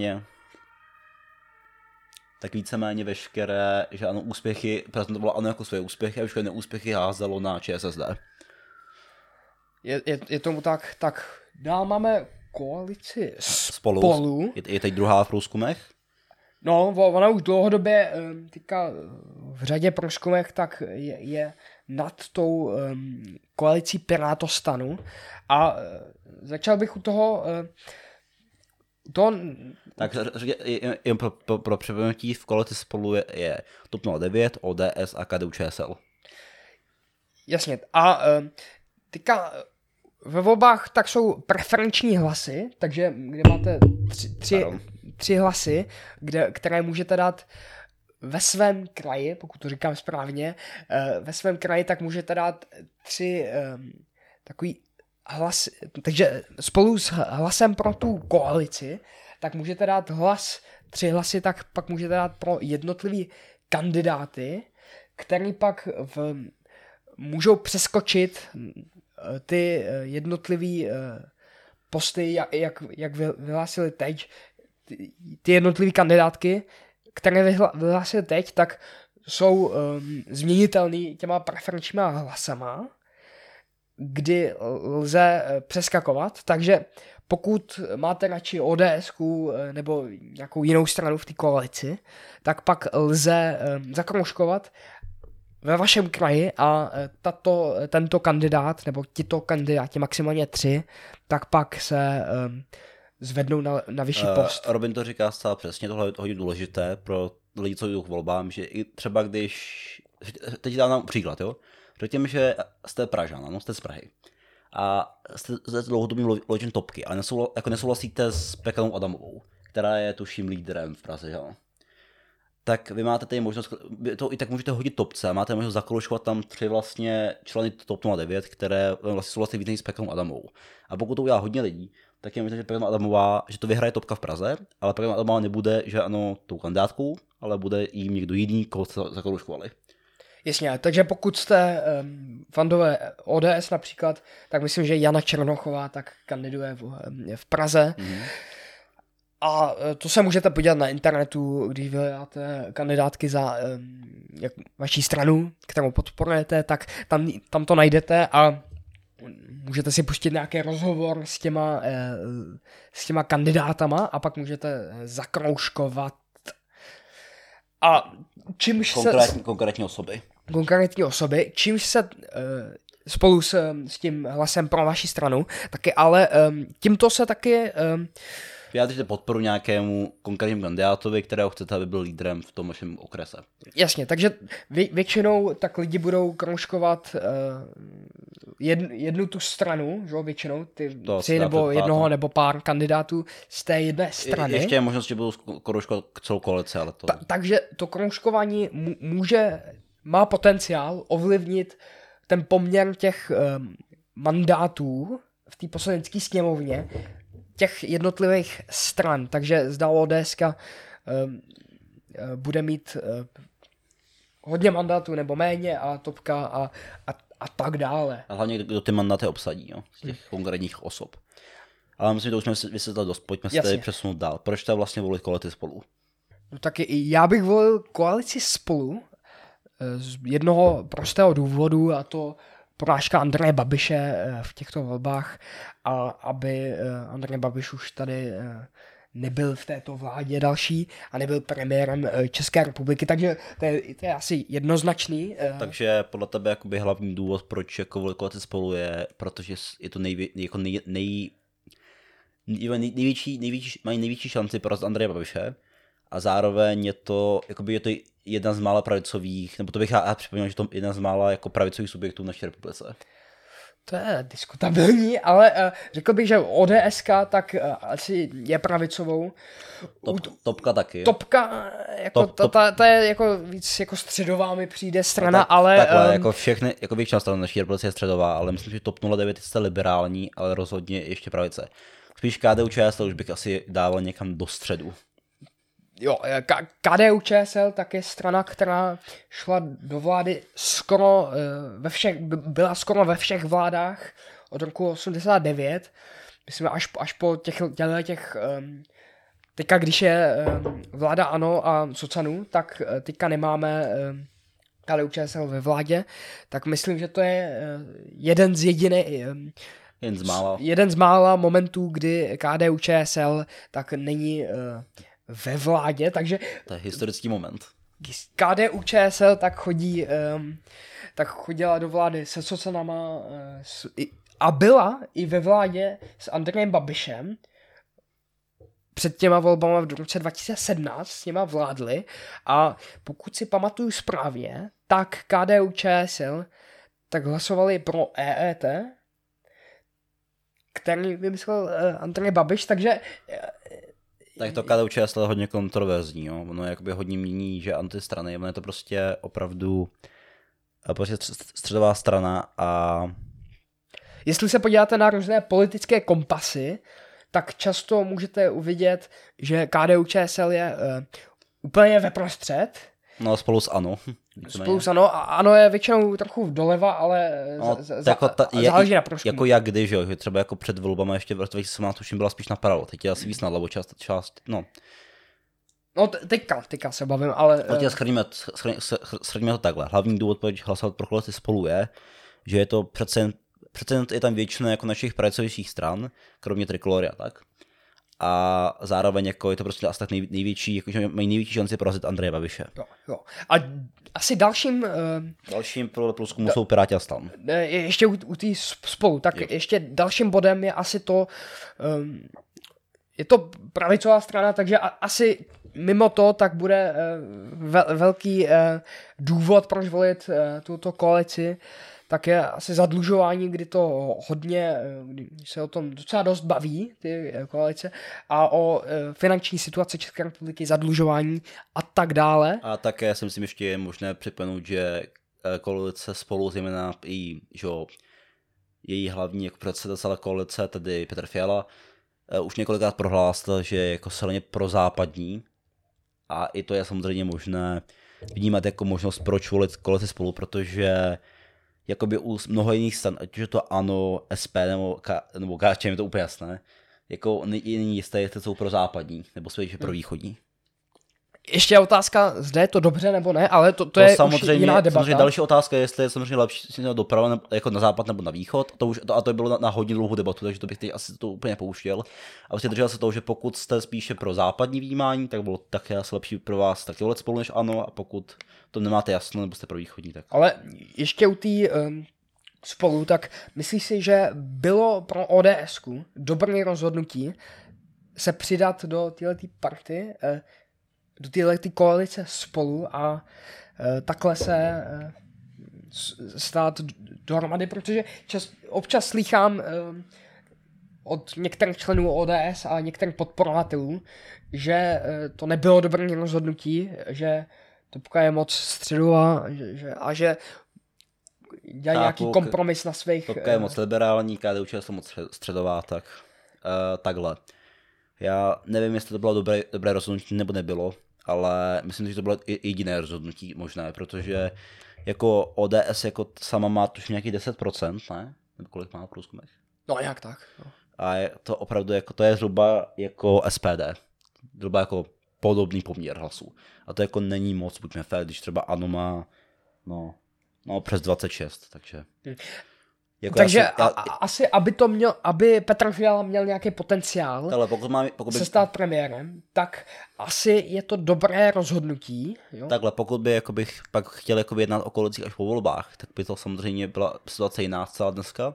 víceméně veškeré, že ano, úspěchy, prezentovalo ANO jako své úspěchy a veškeré neúspěchy házelo na ČSSD. Je tomu tak dál máme koalici Spolu. Je teď druhá v průzkumech. No, ona už dlouhodobě teďka v řadě průzkumech tak je nad tou koalicí Pirátostanu a začal bych u toho tak jen pro připomenutí v koalici Spolu je TOP 09, ODS a KDU-ČSL. Jasně. A teďka ve volbách tak jsou preferenční hlasy, takže kde máte tři hlasy, které můžete dát ve svém kraji, pokud to říkám správně, ve svém kraji tak můžete dát 3 takový hlas, takže spolu s hlasem pro tu koalici, tak můžete dát 3 hlasy, tak pak můžete dát pro jednotlivý kandidáty, který pak můžou přeskočit ty jednotlivý posty, jak vyhlásili teď, ty jednotlivý kandidátky, které vyhlásili teď, tak jsou změnitelný těma preferenčníma hlasama, kdy lze přeskakovat, takže pokud máte radši ODS nebo nějakou jinou stranu v té koalici, tak pak lze zakroužkovat ve vašem kraji a tento kandidát, nebo tito kandidáti, maximálně 3, tak pak se zvednou na vyšší post. Robin to říká zcela přesně, tohle je hodně důležité pro lidi, co jdou k volbám, že i třeba když, teď dám nám příklad, jo, řekněme, že jste Pražan, no, jste z Prahy a jste dlouhodobým voličem Topky, ale nesouhlasíte s Pekanou Adamovou, která je tuším lídrem v Praze, jo. Tak vy máte tady možnost, to i tak můžete hodit Topce, máte možnost zakroužkovat tam 3 vlastně členy TOP 09, které vlastně souhlasí víc s Pekanou Adamovou. A pokud to udělá hodně lidí, tak je možné, že Pekana Adamová, že to vyhraje Topka v Praze, ale Pekana Adamová nebude, že ano, tou kandidátkou, ale bude jim někdo jiný, koho jste zakroužkovali. Jasně, takže pokud jste fandové ODS například, tak myslím, že Jana Černochová tak kandiduje v Praze. Mm-hmm. A to se můžete podívat na internetu, když vyhledáte kandidátky za vaší stranu, kterou podporujete, tak tam to najdete a můžete si pustit nějaký rozhovor s těma kandidátama a pak můžete zakroužkovat. A čímž konkrétní osoby, čímž se spolu s tím hlasem pro vaši stranu, taky, ale tímto se taky vyjádříte podporu nějakému konkrétnímu kandidátovi, kterého chcete, aby byl lídrem v tom vašem okrese. Jasně, takže většinou tak lidi budou kroužkovat jednu tu stranu, že většinou, ty 3 nebo jednoho nebo pár kandidátů z té jedné strany. Ještě je možnost, že budou kroužkovat celou koalici, ale to... Takže to kroužkování má potenciál ovlivnit ten poměr těch mandátů v té poslanecké sněmovně, těch jednotlivých stran, takže zdálo ODSka bude mít hodně mandátů nebo méně a Topka a tak dále. A hlavně kdo ty mandáty obsadí, jo, z těch konkrétních osob. Ale myslím, že to už jsme vysvětlili dost, pojďme se tady přesunout dál. Proč to vlastně volit koalici Spolu? No tak já bych volil koalici Spolu z jednoho prostého důvodu, a to porážka Andreje Babiše v těchto volbách, a aby Andrej Babiš už tady nebyl v této vládě další a nebyl premiérem České republiky, takže to je asi jednoznačný. Takže podle tebe jakoby hlavní důvod, proč jako volit koalici Spolu je, protože je to mají největší šanci porazit Andreje Babiše a zároveň je to jedna z mála pravicových, nebo to bych já připomněl, že to je jedna z mála jako pravicových subjektů v naší republice. To je diskutabilní, ale řekl bych, že ODSka tak asi je pravicovou. Topka taky. Topka, jako ta je jako víc jako středová mi přijde strana, ale... Takhle, jako všechny, jako většina stran naší republice je středová, ale myslím, že TOP 09 je liberální, ale rozhodně ještě pravice. Spíš KDU-ČSL už bych asi dával někam do středu. Jo, KDU-ČSL tak je strana, která šla do vlády skoro byla skoro ve všech vládách od roku 89. Myslím, až po těch teďka, když je vláda ANO a Socanu, tak teďka nemáme KDU-ČSL ve vládě, tak myslím, že to je jeden z mála momentů, kdy KDU-ČSL tak není ve vládě, takže to je historický moment. KDU-ČSL tak chodila do vlády se Socanama a byla i ve vládě s Andrejem Babišem. Před těma volbama v roce 2017 s něma vládli a pokud si pamatuju správně, tak KDU-ČSL tak hlasovali pro EET, který vymyslel Andrej Babiš, takže tak to KDU-ČSL je hodně kontroverzní, jo. Ono je jakoby hodně mění, že antistrany, ono je to prostě opravdu středová strana a... Jestli se podíváte na různé politické kompasy, tak často můžete uvidět, že KDU-ČSL je úplně veprostřed. No spolu s ANO. Spolu s ANO a ANO je většinou trochu doleva, ale záleží na průzkumu. Jako jak kdy, že jo, že třeba jako před volbama ještě v roce 2017 už byla spíš napravo, teď je asi víc na levo část, no. No teďka se bavím, ale... No shrníme to takhle. Hlavní důvod, proč hlasovat pro koalici Spolu je, že je to přece je tam většina jako našich pravicovějších stran, kromě Trikolory a tak. A zároveň jako je to prostě asi tak největší, jakože mají největší šanci porazit Andreje Babiše. Jo. A asi dalším podle průzkumu jsou Piráti a STAN. Ještě u té Spolu, tak jo. Ještě dalším bodem je asi to, je to pravicová strana, takže asi mimo to tak bude velký důvod, proč volit tuto koalici, tak je asi zadlužování, kdy to hodně, kdy se o tom docela dost baví, ty koalice, a o finanční situaci České republiky, zadlužování a tak dále. A také si myslím, ještě je možné připomenout, že koalice Spolu, zejména její hlavní jako předseda celé koalice, tedy Petr Fiala, už několikrát prohlásil, že je jako silně prozápadní a i to je samozřejmě možné vnímat jako možnost, proč volit koalici Spolu, protože jakoby u mnoho jiných stran, ať už je to ANO, SP nebo KSČM, je to úplně jasné, jako není jisté, jestli jsou pro západní, nebo jsou pro východní. Ještě je otázka, zda je to dobře nebo ne, ale to je samozřejmě, už jiná debata. Samozřejmě další otázka je, jestli je samozřejmě lepší doprava jako na západ nebo na východ. A to bylo na hodně dlouhou debatu, takže to bych teď asi to úplně pouštěl. A vlastně držel se toho, že pokud jste spíše pro západní vnímání, tak bylo také asi lepší pro vás taky volit Spolu než ANO, a pokud to nemáte jasno, nebo jste pro východní, tak. Ale ještě u té Spolu, tak myslíš si, že bylo pro ODSku dobré rozhodnutí se přidat do této party, do této koalice Spolu a takhle se stát dohromady, protože občas slýchám od některých členů ODS a některých podporovatelů, že to nebylo dobré rozhodnutí, že Topka je moc středová a že dělají nějaký kompromis na svých... Topka je moc liberální, KDU-ČSL moc středová, tak takhle. Já nevím, jestli to bylo dobré rozhodnutí nebo nebylo, ale myslím, že to bylo jediné rozhodnutí možné, protože jako ODS jako sama má tuž nějaký 10%, ne? Nebo kolik má v průzkumech? No jak tak. No. A je to opravdu jako, to je zhruba jako SPD. Zhruba jako podobný poměr hlasů. A to jako není moc, buďme fér, když třeba ANO má no přes 26, takže... Takže asi, aby Petr Fiala měl nějaký potenciál se stát premiérem, tak asi je to dobré rozhodnutí. Jo? Takhle, pokud by bych pak chtěl jednat o koalicích až po volbách, tak by to samozřejmě byla situace jiná celá dneska.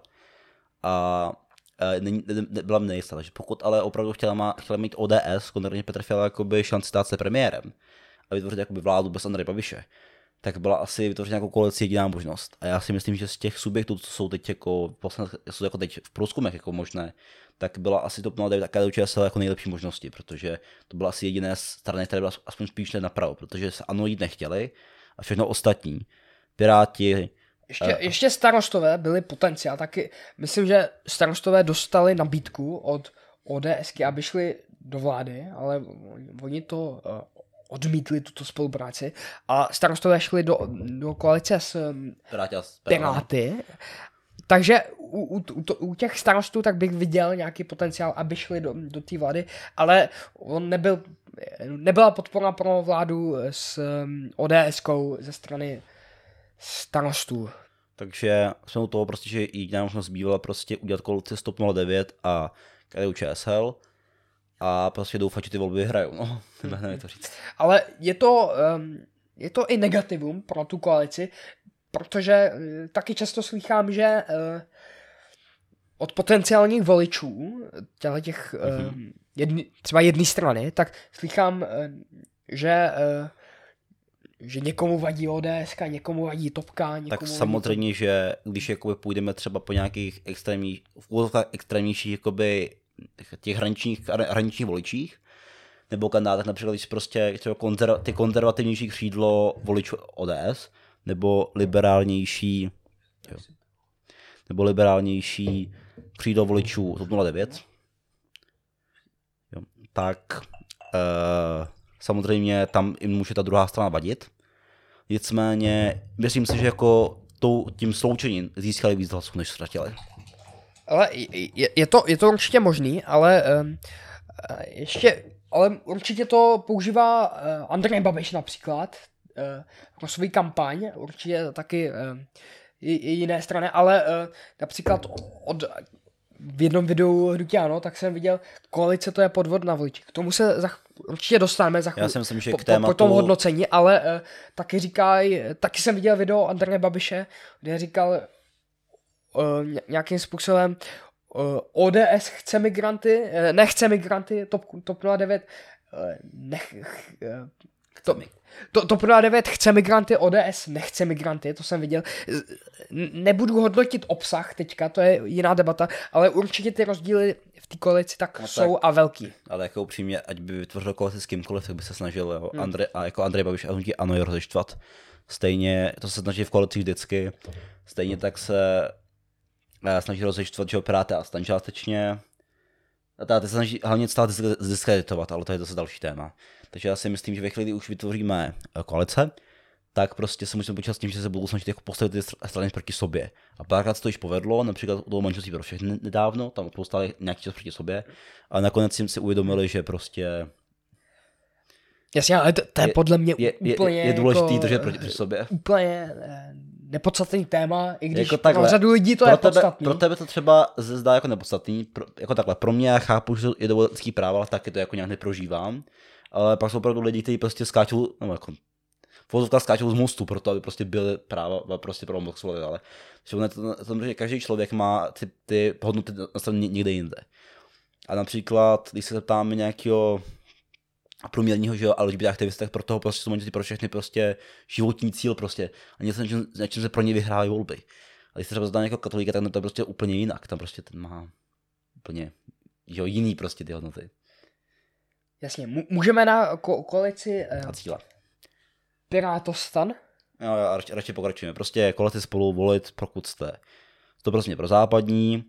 A byla mi nejistá, takže pokud ale opravdu chtěla mít ODS, konkrétně Petr Fiala, šanci stát se premiérem a vytvořit vládu bez Andreje Babiše, tak byla asi vytvořit nějakou koalici jediná možnost. A já si myslím, že z těch subjektů, co jsou teď jsou teď v průzkumech jako možné, tak byla asi TOP 09 a KDU-ČSL jako nejlepší možnosti, protože to byla asi jediné strany, které byla aspoň spíš napravo, protože se ANO jít nechtěli a všechno ostatní. Piráti... Ještě Starostové byli potenciál, taky myslím, že Starostové dostali nabídku od ODSky, aby šli do vlády, ale oni to odmítli, tuto spolupráci, a Starostové šli do koalice s Piráty. Takže u těch Starostů tak bych viděl nějaký potenciál, aby šli do té vlády, ale nebyla podpora pro vládu s ODSkou ze strany Starostů. Takže jsme u toho prostě, že jediná možnost bývala prostě udělat koalici Stop 09 a KDU-ČSL a prostě doufat, že ty volby vyhrajou. No, nevím to říct. Ale je to i negativum pro tu koalici, protože taky často slýchám, že od potenciálních voličů těch třeba jedné strany, tak slýchám, že někomu vadí ODS, někomu vadí Topka, někomu tak samozřejmě, vadí že když jakoby půjdeme třeba po nějakých extrémnějších jakoby těch hraničních voličích, nebo kandidátech, například když prostě třeba ty konzervativnější křídlo voličů ODS, nebo liberálnější křídlo voličů TOP 09, jo, tak samozřejmě tam jim může ta druhá strana vadit. Nicméně myslím si, že jako tím sloučením získali víc hlasů, než ztratili. Ale je to určitě možný, ale určitě to používá Andrej Babiš například pro svou kampaň, určitě taky i jiné strany, ale například v jednom videu Hnutí Ano, tak jsem viděl, koalice to je podvod na voliči. K tomu se určitě dostaneme za chvíli. Já si myslím, že k tématu po tom hodnocení, ale taky jsem viděl video Andreje Babiše, kde říkal nějakým způsobem ODS chce migranty, nechce migranty, TOP 09 TOP 09 chce migranty, ODS nechce migranty, to jsem viděl. Nebudu hodnotit obsah teďka, to je jiná debata, ale určitě ty rozdíly v té koalici tak jsou a velký. Ale jako upřímně, ať by vytvořil koalici s kýmkoliv, tak by se snažil Andrej Babiš a Hnutí Ano je rozeštvat. Stejně, to se snaží v koalici vždycky, stejně tak se snaží rozeštvat, že Piráty a STAN částečně. A ty se snaží hlavně stále zdiskreditovat, ale to je zase další téma. Takže já si myslím, že ve chvíli, kdy už vytvoříme koalice, tak prostě se musíme počítat s tím, že se budou snažit jako postavit ty strany proti sobě. A párkrát se to již povedlo, například u toho manželství pro všechny nedávno, tam postali nějaký čas proti sobě, ale nakonec si uvědomili, že prostě... Jasně, ale to je podle mě úplně je důležitý držet proti sobě. Úplně nepodstatný téma, i když jako pro řadu lidí to je podstatný. Pro tebe to třeba zdá jako nepodstatný, jako takhle. Pro mě já chápu, že je to lidský právo, ale taky to jako nějak neprožívám. Ale pak jsou opravdu lidi, kteří prostě skáčou, no jako skáčou z mostu, proto aby prostě byly práva prostě pro homosexuály, ale že každý člověk má ty hodnoty nastavené někde jinde. A například, když se zeptáme nějakého průměrního, že jo, LGBT aktivistek, pro toho prostě jsou manželství pro všechny prostě životní cíl prostě. A něco, na čem se pro ně vyhrávají volby. A když se třeba zeptá nějakého katolíka, tak to je prostě úplně jinak. Tam prostě ten má úplně jiný prostě ty hodnoty. Jasně, můžeme na koalici Pirátostan? Jo, radši pokračujeme. Prostě koalici Spolu volit, pokud jste to prostě pro západní,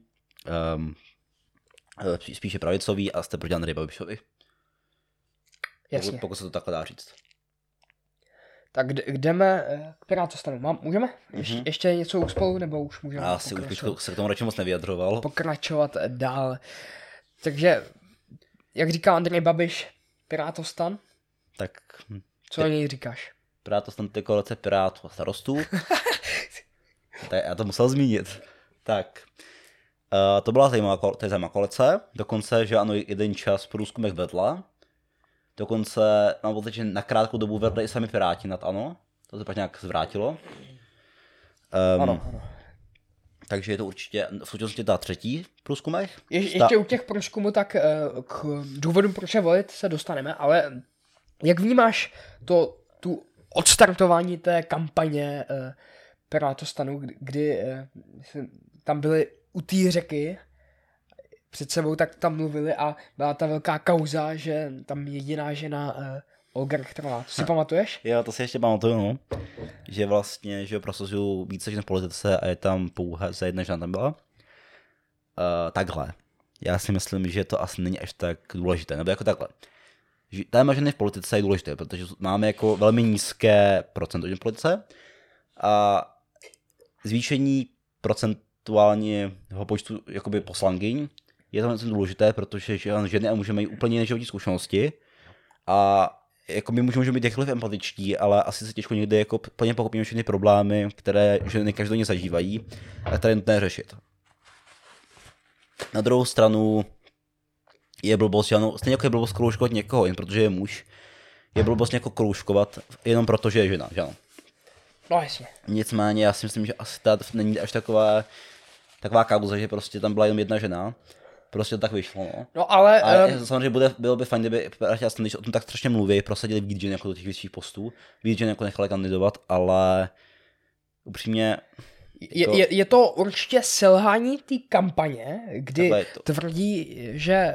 spíše pravicový a jste proti Andreji Babišovi. Jasně. Pokud se to takhle dá říct. Tak jdeme k Pirátostanu. Můžeme? Ještě něco u Spolu, nebo už můžeme? Já si už se k tomu radši moc nevyjadřoval. Pokračovat dál. Takže, jak říká Andrej Babiš, Pirátostan? Tak... Co o něj říkáš? Pirátostan, ty koalice Pirátů a Starostů. Tak já to musel zmínit. Tak. To byla zajímavá koalice. Dokonce, že ano, jeden čas v průzkumech vedla. Dokonce mám pocit, že na krátkou dobu vedli i sami Piráti nad ANO. To se pak nějak zvrátilo. Ano. Takže je to určitě v současnosti ta třetí v průzkumech. Ještě u těch průzkumů, tak k důvodům, proč je volit, se dostaneme, ale jak vnímáš tu odstartování té kampaně Pirátostanu, kdy tam byli u té řeky před sebou, tak tam mluvili a byla ta velká kauza, že tam jediná žena Olga Richterová. To si pamatuješ? Jo, to si ještě pamatuju, no. Že vlastně, že prosazují více žen v politice a je tam pouze jedna žena tam byla. Takhle. já si myslím, že to asi není až tak důležité, nebo jako takhle. Téma ženy v politice je důležité, protože máme jako velmi nízké procento žen v politice a zvýšení procentuálního počtu jakoby poslankyň je to důležité, protože ženy a muži mají úplně jiné životní zkušenosti a jako my můžeme být jakkoliv empatičtí, ale asi se těžko někdy jako plně pochopíme všechny problémy, které ženy každodenně zažívají a které je nutné řešit. Na druhou stranu je blbost, stejně jako je blbost kroužkovat někoho, jen protože je muž, je blbost někoho kroužkovat jenom proto, že je žena, že ano? No jasně. Nicméně já si myslím, že asi ta není až taková kauza, že prostě tam byla jenom jedna žena. Prostě to tak vyšlo, no. No ale... A samozřejmě bylo by fajn, kdyby, když o tom tak strašně mluví, prosadili víc žen jako do těch vyšších postů, víc žen jako nechali kandidovat, ale upřímně... Jako... Je to určitě selhání té kampaně, kdy tvrdí, že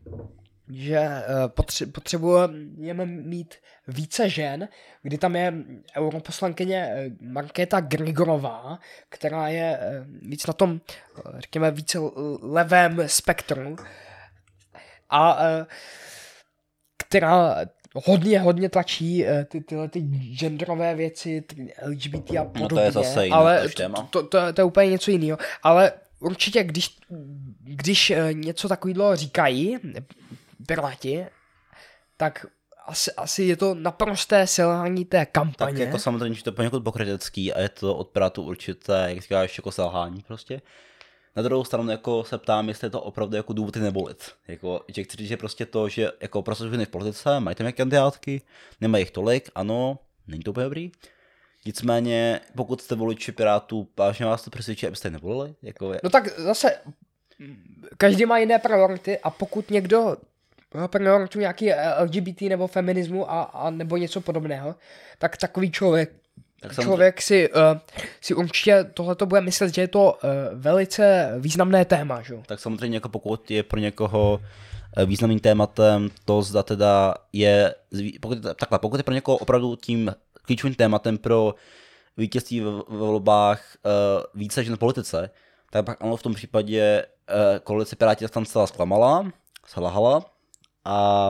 potřebujeme mít více žen, kdy tam je europoslankyně Markéta Grigorová, která je víc na tom, řekněme, více levém spektru a která hodně tlačí tyhle ty genderové věci, LGBT a podobně, no to je zase ale to je úplně něco jiného. Ale určitě, když něco takového říkají Piráti, tak asi je to naprosté selhání té kampaně. Tak jako samozřejmě, že to je poněkud pokrytecký a je to od Pirátů určité, jak říkáš, jako selhání prostě. Na druhou stranu jako se ptám, jestli je to opravdu jako důvod nebolit. Jako, že chci říct, že prostě to, že jako prostě ženy v politice, mají tam kandidátky, nemají jich tolik, ano, není to úplně dobrý. Nicméně, pokud jste voliči Pirátů, vážně vás to přesvědčí, abyste je nevolili? Jako je... No tak zase, každý má jiné priority a pokud někdo prioritu nějaký LGBT nebo feminismu a nebo něco podobného, tak takový člověk si určitě tohleto bude myslet, že je to velice významné téma. Že? Tak samozřejmě jako pokud je pro někoho významným tématem, to zda teda je, pokud je pro někoho opravdu tím klíčovým tématem pro vítězství ve volbách více žen v politice, tak pak ano, v tom případě koalice Piráti tam zcela zklamala, selhala a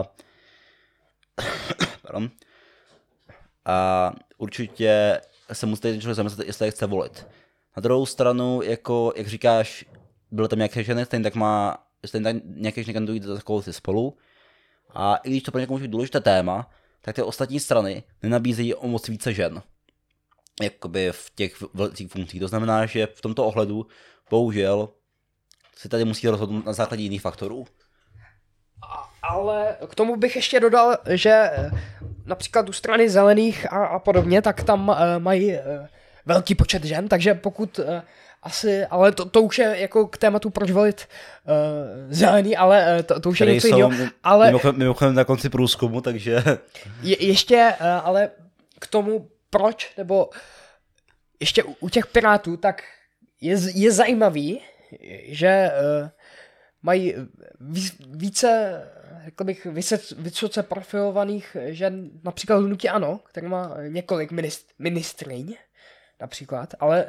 určitě se musí ten člověk zamyslet, jestli je chce volit. Na druhou stranu, jako, jak říkáš, byly tam nějaké ženy, stejně tak nějaké ženy kandidují za koalici Spolu. A i když to pro někoho může být důležité téma, tak ty ostatní strany nenabízejí o moc více žen. Jakoby v těch velkých funkcích. To znamená, že v tomto ohledu, bohužel, si tady musí rozhodnout na základě jiných faktorů. Ale k tomu bych ještě dodal, že například u strany zelených a podobně, tak tam mají velký počet žen, takže pokud asi, ale to už je jako k tématu proč volit zelený, ale to už je něco jiného. Ale mimochodem na konci průzkumu, takže... Ještě, ale k tomu proč, nebo ještě u těch Pirátů, tak je zajímavý, že mají více, řekl bych, vysoce profilovaných žen, například hnutí ANO, který má několik ministryň, například, ale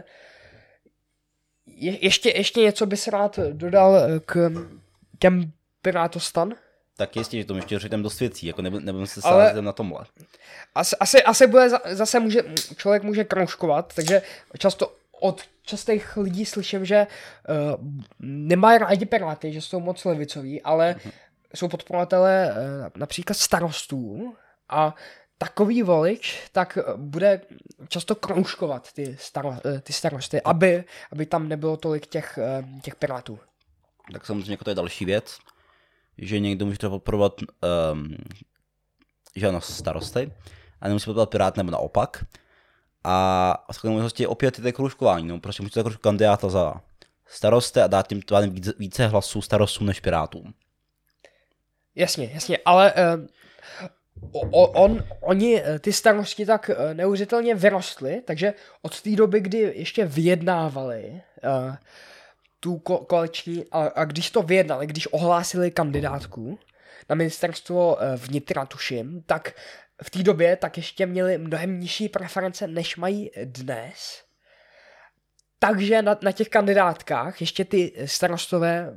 ještě něco bys rád dodal k těm Pirátostan? Tak jistě, že tomu ještě řekneme dost věcí, jako nebudeme se sázet na tomhle. Asi bude zase člověk může kroužkovat, takže často od častých lidí slyším, že nemají rádi Piráty, že jsou moc levicoví, ale jsou podporovatelé například starostů a takový volič tak bude často kroužkovat ty starosty, aby tam nebylo tolik těch Pirátů. Tak samozřejmě jako to je další věc, že někdo může podporovat že ano, starosty a nemusí podporovat Pirát nebo naopak. A skvělou možností je opět ty kroužkování, no, prostě můžete kroužkovat kandidáta za starosty a dát tím více hlasů starostům než Pirátům. Jasně, ale oni ty starosti tak neuvěřitelně vyrostly, takže od té doby, kdy ještě vyjednávali tu koaliční, a když to vyjednali, když ohlásili kandidátku na ministerstvo vnitra, tuším, tak v té době tak ještě měli mnohem nižší preference, než mají dnes. Takže na těch kandidátkách ještě ty starostové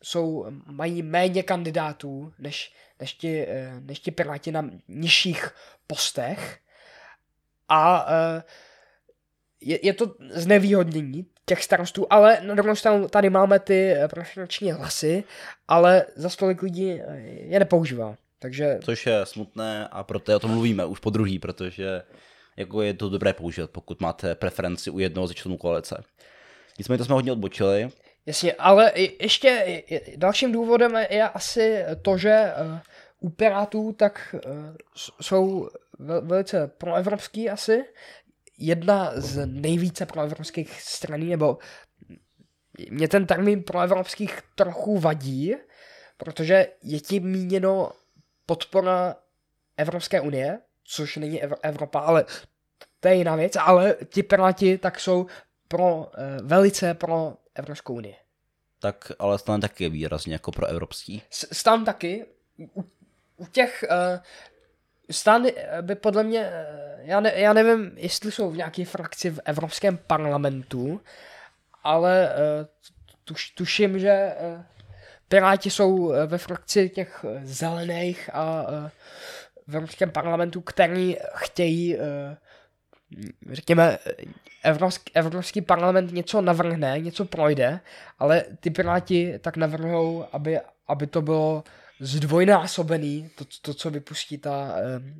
mají méně kandidátů než ti Piráti na nižších postech a je to znevýhodnění těch starostů, ale na druhou stranu tady máme ty preferenční hlasy, ale za tolik lidí je nepoužívá. Takže... Což je smutné a proto o tom mluvíme už po druhý, protože jako je to dobré použít, pokud máte preferenci u jednoho ze členů koalice. Nicméně to jsme hodně odbočili. Jasně, ale ještě dalším důvodem je asi to, že u Pirátů tak jsou velice proevropský asi. Jedna z nejvíce proevropských stran, nebo mě ten termín proevropských trochu vadí, protože je tím míněno podpora Evropské unie, což není Evropa, ale to je jiná věc, ale ti Piráti tak jsou velice pro Evropskou unii. Tak ale STAN taky je výrazně jako pro evropský. STAN taky. U těch STAN by podle mě, já nevím, jestli jsou v nějaké frakci v Evropském parlamentu, ale tuším, že Piráti jsou ve frakci těch zelených a v Evropském parlamentu, který chtějí, řekněme, Evropský parlament něco navrhne, něco projde, ale ty Piráti tak navrhnou, aby to bylo zdvojnásobený, to co vypustí ta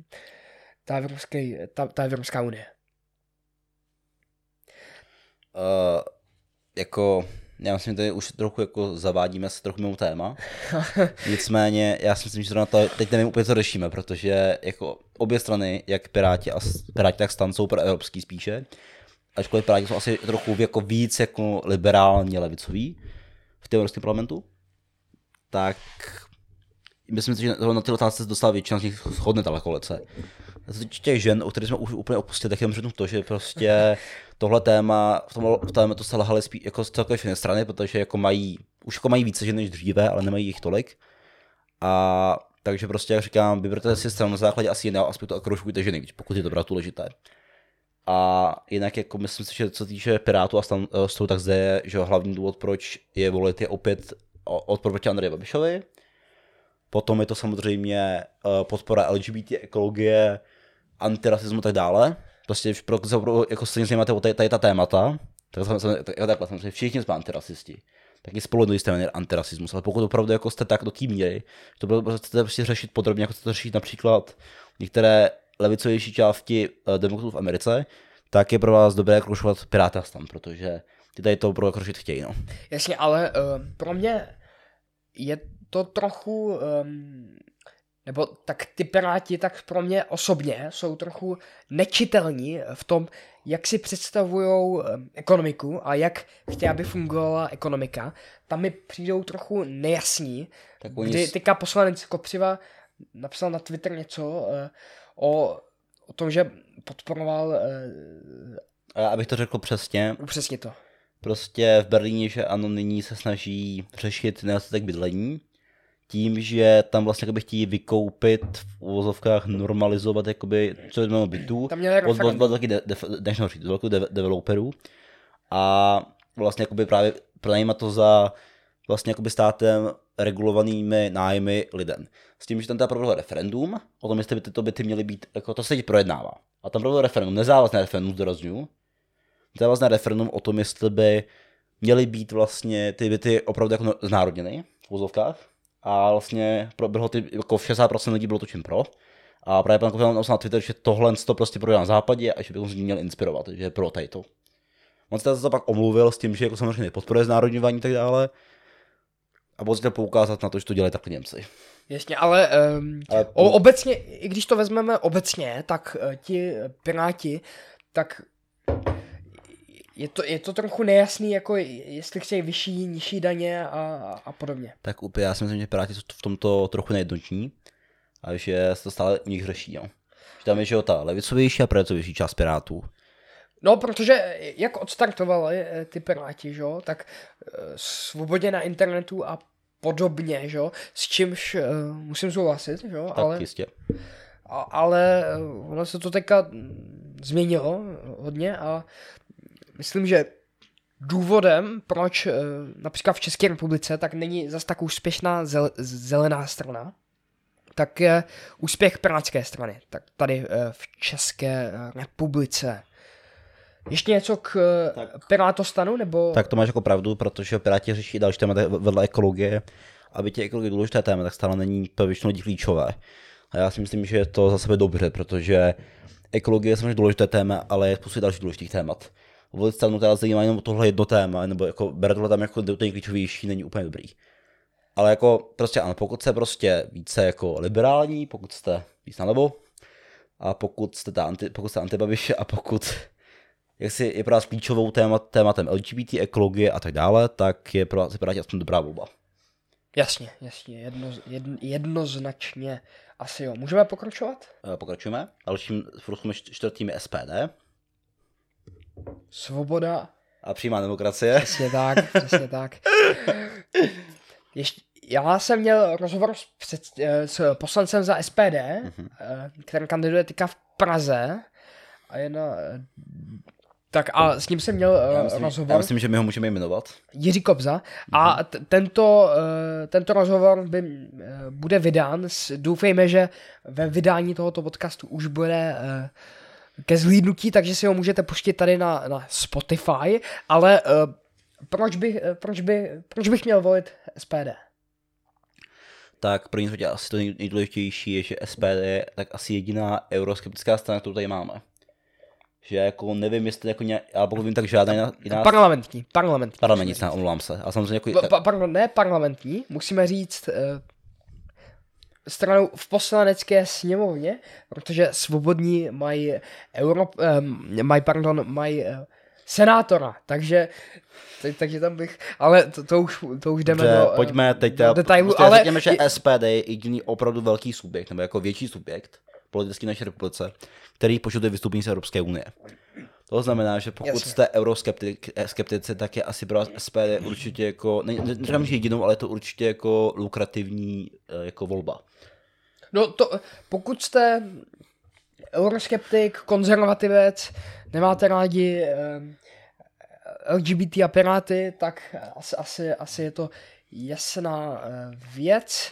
Evropská unie. Jako, já myslím, že tady už trochu jako zavádíme se trochu mimo téma. Nicméně, já si myslím, že zrovna teď nevím úplně, co řešíme, protože jako obě strany, jak Piráti, tak STAN, jsou pro evropský spíše. Ačkoliv Piráti jsou asi trochu jako víc jako liberálně levicoví v tom Evropském parlamentu, tak myslím si, že na ty otázce se dostala většina z nich shodne ta koalice. Těch žen, o kterých jsme už úplně opustili, tak jenom řeknu to, že prostě tohle téma, v tématu se lahaly jako z celkové všechny strany, protože jako mají více žen než dříve, ale nemají jich tolik. A takže prostě, jak říkám, vyberte si stranu na základě asi jiného aspektu a kroužkujte ženy, pokud je to brát důležité. A jinak jako myslím si, že co týče Pirátů a STAN, tak zde je, že hlavní důvod, proč je volit, je opět odpor proti Andreji Babišovi. Potom je to samozřejmě podpora LGBT, ekologie, antirasismu a tak dále. Prostě jako se zajímáte o tady ta témata, takhle jsme všichni jsme antirasisti. Taky spolu do jisté míry antirasismus, ale pokud opravdu jako jste tak do té míry, to chcete prostě řešit podrobně, jako chcete řešit například některé levicovější části demokratů v Americe, tak je pro vás dobré krušovat Piráty a STAN, protože ty tady to opravdu krušit chtějí. No. Jasně, ale pro mě je to trochu, nebo tak ty Piráti tak pro mě osobně jsou trochu nečitelní v tom, jak si představujou ekonomiku a jak chtějí, aby fungovala ekonomika. Tam mi přijdou trochu nejasní, kdy teďka poslanec Kopřiva napsal na Twitter něco o tom, že podporoval... Abych to řekl přesně. Přesně to. Prostě v Berlíně, že ano, nyní se snaží řešit nedostatek bydlení tím, že tam vlastně jakoby chtějí vykoupit v uvozovkách, normalizovat jakoby co je bytů od velkých developerů a vlastně jakoby právě pronajímat to za vlastně jakoby státem regulovanými nájmy lidem. S tím, že tam teda proběhlo referendum o tom, jestli by tyto byty měly být, jako to se teď projednává. A tam proběhlo referendum, nezávazné referendum, zdůrazňuji. Závazné referendum o tom, jestli by měly být vlastně ty byty opravdu jako znárodněny v uvozovkách. A vlastně proběhlo jako 60% lidí bylo tučím pro. A právě pan Kopřiva napsal na Twitter, že tohle to prostě projde na západě a že bychom se měli inspirovat, že je pro tato. On se to pak omluvil s tím, že jako samozřejmě nepodporuje znárodňování a tak dále. A byl chtěl poukázat na to, že to dělají takhle Němci. Jasně, ale obecně, i když to vezmeme obecně, tak ti Piráti, tak je to trochu nejasný, jako jestli chtějí vyšší, nižší daně a podobně. Tak úplně, já si myslím, že Piráti jsou v tomto trochu nejednotní a že se to stále u nich řeší. Jo. Že tam je, že ta levicovější a pravicovější část Pirátů. No, protože jak odstartovali ty Piráti, že? Tak svobodně na internetu a podobně, že? S čímž musím souhlasit, že? Tak jistě. Ale ono se to teďka změnilo hodně a myslím, že důvodem, proč například v České republice tak není zas tak úspěšná zelená strana, tak je úspěch pirátské strany. Tak tady v České republice. Ještě něco k Pirátostanu, nebo? Tak to máš jako pravdu, protože Piráti řeší další téma vedle ekologie. Aby tě ekologie důležité téma, tak stále není pro většinu lidí klíčové. A já si myslím, že je to za sebe dobře, protože ekologie je samozřejmě důležité téma, ale je spoustu dalších důležitých témat. Volit stranu, která zajímá jenom tohle jedno téma, nebo jako bere tohle tam jako to nejklíčovější, není úplně dobrý. Ale jako prostě ano, pokud jste prostě více jako liberální, pokud jste víc nalevo, a pokud jste antibabiše a pokud je pro vás klíčovou tématem LGBT, ekologie a tak dále, tak je pro vás aspoň dobrá volba. Jasně, jednoznačně asi jo. Můžeme pokračovat? Pokračujeme. Dalším průzkumem čtvrtým je SPD. Svoboda. A přímá demokracie. Přesně tak. Já jsem měl rozhovor s poslancem za SPD, který kandiduje teďka v Praze. A s ním jsem měl rozhovor. Já myslím, že my ho můžeme jmenovat. Jiří Kobza. A tento rozhovor bude vydán. Doufejme, že ve vydání tohoto podcastu už bude ke zhlídnutí, takže si ho můžete pustit tady na Spotify. Ale proč bych měl volit SPD? Tak pro ní asi to nejdůležitější je, že SPD je tak asi jediná euroskeptická strana, kterou tady máme. Že jako nevím, jestli jako ale pokud vím, tak žádná jiná... Parlamentní. Parlamentní strana, omlouvám se. A samozřejmě jako... Ne parlamentní, musíme říct stranou v poslanecké sněmovně, protože svobodní mají senátora, takže tam bych, ale to už jdeme pojďme teď do detailu, prostě ale řekněme, že SPD je jediný opravdu velký subjekt, nebo jako větší subjekt politický v naší republice, který požaduje vystoupení z Evropské unie. To znamená, že pokud jste euroskeptici, tak je asi pro vás SPD určitě jako, neříkám, že jedinou, ale je to určitě jako lukrativní jako volba. No pokud jste euroskeptik, konzervativec, nemáte rádi LGBT a Piráty, tak asi je to jasná věc.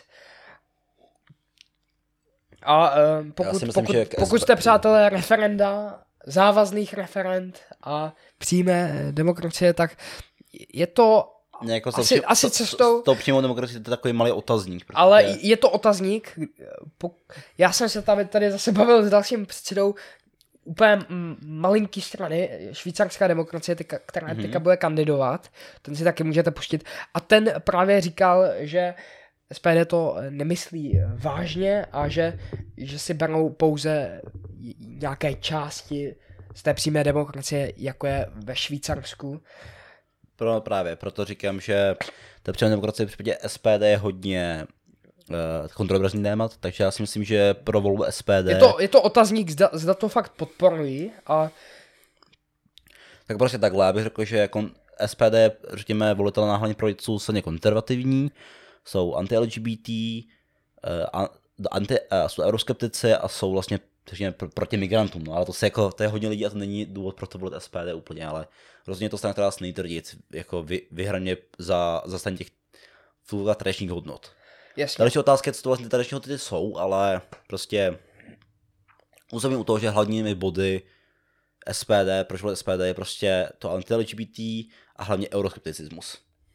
A pokud jste přátelé referenda, závazných referend a přímé demokracie, tak je to asi cestou... S tou přímou demokracií to je takový malý otazník. Protože... Ale je to otazník. Já jsem se tady zase bavil s dalším předsedou úplně malinký strany, švýcarská demokracie, která teďka bude kandidovat, ten si taky můžete pustit. A ten právě říkal, že SPD to nemyslí vážně a že si berou pouze nějaké části z té přímé demokracie, jako je ve Švýcarsku. Právě, proto říkám, že ta přímá demokracie v případě SPD je hodně kontroverzní témat, takže já si myslím, že pro volbu SPD... Je to otazník, zda to fakt podporují a... Tak prostě takhle, já bych řekl, že jako SPD, řekněme, volitelé hlavně pro lidců silně konzervativní, jsou anti-LGBT, jsou euroskeptici a jsou vlastně proti migrantům. No, ale to je hodně lidí a to není důvod pro to volit SPD úplně, ale rozhodně to strana, která se nejtvrdí jako vyhraně za zastaní těch tradičních hodnot. Jasně. Další otázka je, co to vlastně tradiční hodnoty jsou, ale prostě uzavím u toho, že hlavními body SPD, proč volit SPD, je prostě to anti-LGBT a hlavně euroskepticismus.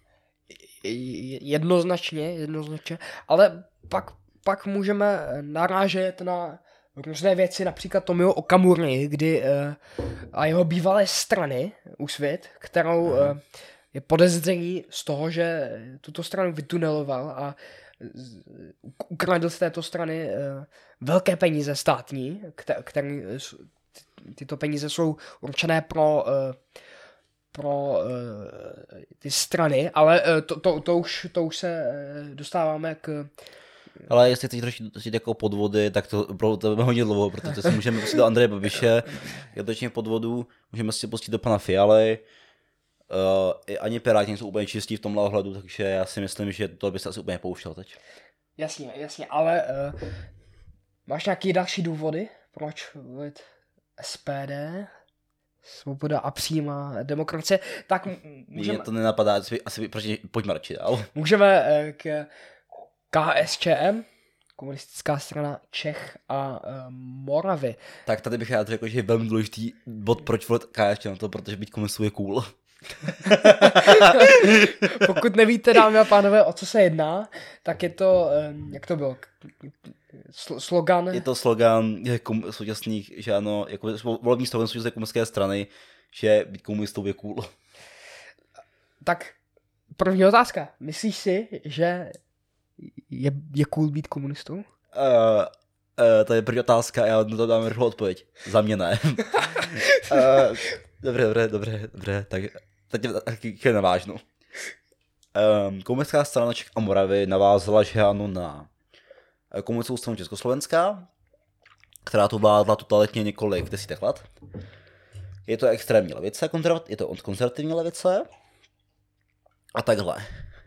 Jednoznačně, ale pak můžeme narážet na různé věci, například Tomio Okamury, a jeho bývalé strany Úsvit, kterou je podezření z toho, že tuto stranu vytuneloval a ukradl z této strany velké peníze státní, které tyto peníze jsou určené pro ty strany, ale to už se dostáváme k... Ale jestli chceš řešit jako podvody, tak to budeme hodně dlouho, protože si můžeme pustit do Andreje Babiše, jednotečných podvodů, můžeme si pustit do pana Fialy, ani Piráti nejsou úplně čistí v tomhle ohledu, takže já si myslím, že to by se asi úplně pouštěl teď. Jasně, ale máš nějaké další důvody, proč volit SPD? svoboda a přímá demokracie, tak Mě to nenapadá, pojďme radši dál. Můžeme k KSČM, Komunistická strana Čech a Moravy. Tak tady bych rád řekl, že je velmi důležitý bod, proč volit KSČM, to, protože být komunistů je cool. Pokud nevíte, dámy a pánové, o co se jedná, tak je to, jak to bylo, slogan. Je to slogan současných, že ano, jako volební slogan současné komunistické strany, že být komunistou je cool. Tak první otázka. Myslíš si, že je cool být komunistou? To je první otázka a já to dám rychlou odpověď. Za mě ne. Dobře, tak teď navážnu. Komunistická strana Čech a Moravy navázala, že ano, na komunistickou stranu Československá, která tu vládla totalitně několik desítek let. Je to extrémní levice, je to konzervativní levice a takhle.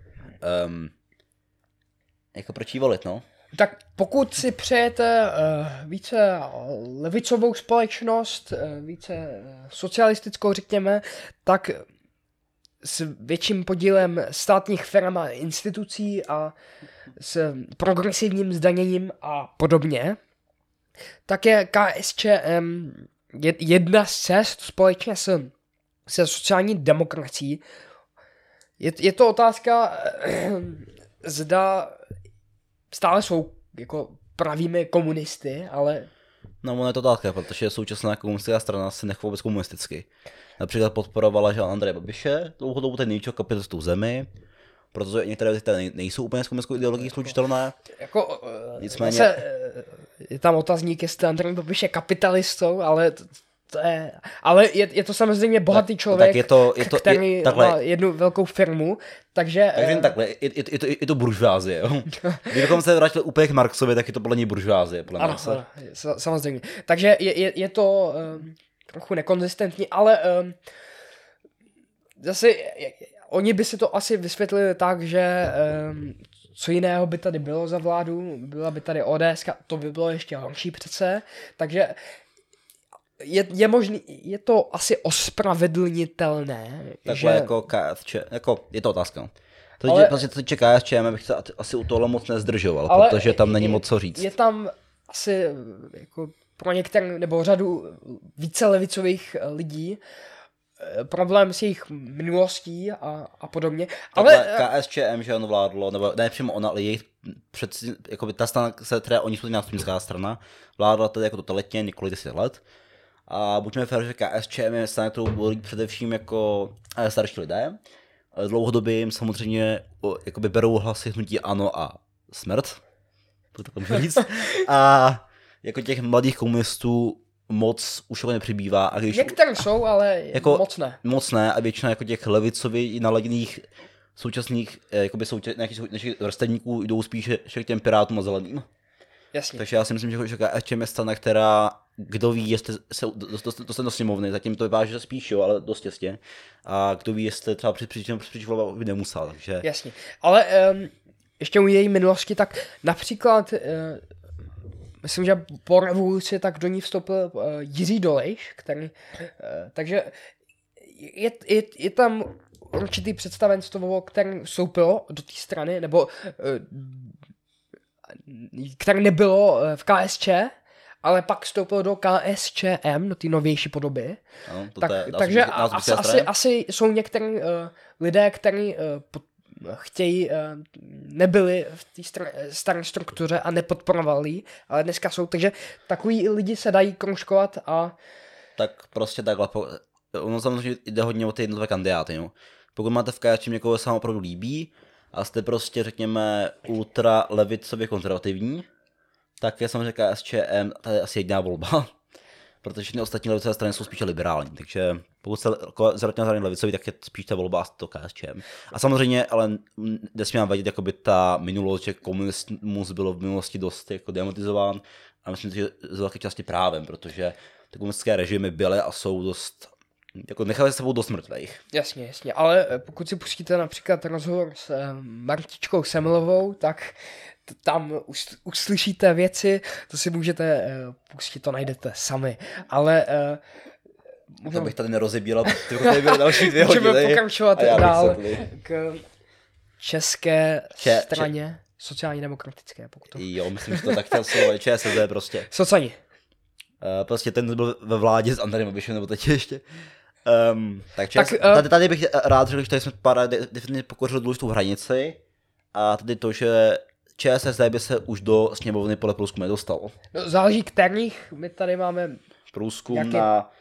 Jako proč jí volit, no? Tak pokud si přejete více levicovou společnost, více socialistickou, řekněme, tak s větším podílem státních firm a institucí a s progresivním zdaněním a podobně, tak je KSČM jedna z cest společně se sociální demokracií. Je to otázka, zda stále jsou jako pravými komunisty, ale... No, ono je to tak, protože současná komunistická strana se nechová vůbec komunisticky. Například podporovala, že Andreje Babiše, dlouhodobou ten největšího kapitalistu v zemi, protože některé věci nejsou úplně s komunistickou ideologií slučitelné. Jako, nicméně... je tam otazník, jestli Andrej Babiš je kapitalistou, ale ale je to samozřejmě bohatý člověk, který má jednu velkou firmu, takže takhle, je to buržoázie, jo. Kdybychom se vrátili úplně k Marxovi, tak je to podle něj buržoázie, podle Marxe. Samozřejmě. Takže je to trochu nekonzistentní, ale zase oni by si to asi vysvětlili tak, že co jiného by tady bylo za vládu, byla by tady ODS, to by bylo ještě horší přece, takže je možný, je to asi ospravedlnitelné. Takhle že... jako KSČ, jako je to otázka. To týče KSČM, bych se asi u tohle moc nezdržoval, protože tam není moc co říct. Je tam asi jako pro některé, nebo řadu více levicových lidí problém s jejich minulostí a podobně. Ale KSČM, že ono vládlo, nebo ne přímo ona, ale jejich jakoby ta strana, která oni jsou nástupnická strana, vládla tedy jako totalitně několik 10 let. A buďme fér, že KSČM je strana, kterou volí především jako starší lidé. Dlouhodobě jim samozřejmě jakoby berou hlasy hnutí ANO a smrt. To tak můžu říct. A jako těch mladých komunistů moc už nepřibývá. A když, některé jsou, ale jako, moc ne. Moc ne a většina jako těch levicově naladěných současných nějakých vrstevníků jdou spíše k těm pirátům a zeleným. Jasně. Takže já si myslím, že KSČM je strana, která, kdo ví, jestli se dostane do sněmovny, zatím to vypadá, že spíš jo, ale dost těsně. A kdo ví, jestli třeba při volbách by nemusel, takže... Jasně, ale ještě u její minulosti, tak například, myslím, že po revoluci tak do ní vstoupil Jiří Dolejš, který, takže je tam určitý představenstvo, který vstoupilo do té strany, nebo které nebylo v KSČ, ale pak vstoupilo do KSČM, do té novější podoby. No, takže asi jsou některý lidé, kteří chtějí, nebyli v té staré struktuře a nepodporovali, ale dneska jsou, takže takový lidi se dají kroužkovat a... Tak prostě takhle, ono samozřejmě jde hodně o ty jednotlivé kandidáty, jo. Pokud máte v KSČ někoho, se vám opravdu líbí, a jste prostě, řekněme, ultra levicově konzervativní, tak je samozřejmě KSČM tady asi jediná volba, protože všechny ostatní levicové strany jsou spíše liberální, takže pokud jste zrovna levicový, tak je spíš ta volba to KSČM. A samozřejmě, ale nesmí vám vadit, jakoby ta minulost, že komunismus bylo v minulosti dost jako demonetizován a myslím, že z velké části právem, protože ty komunistické režimy byly a jsou dost... Jako nechali se sebou dost mrtvejch. Jasně, ale pokud si pustíte například rozhovor s Martičkou Semlovou, tak tam uslyšíte věci, to si můžete pustit, to najdete sami. Ale To bych tady nerozebíral, protože tady byly další 2 hodiny. Můžeme pokračovat dál k české straně sociálně demokratické. Pokud to... Jo, myslím, že to tak chtěl slovo, ČSSD prostě. Socani. Prostě ten byl ve vládě s Andrejem Babišem, nebo teď ještě. Tady bych rád řekl, že tady jsme definitivně pokořili důležitou hranici a tady to, že ČSSD by se už do sněmovny podle průzkumu nedostalo. No, záleží kterých, my tady máme průzkum na...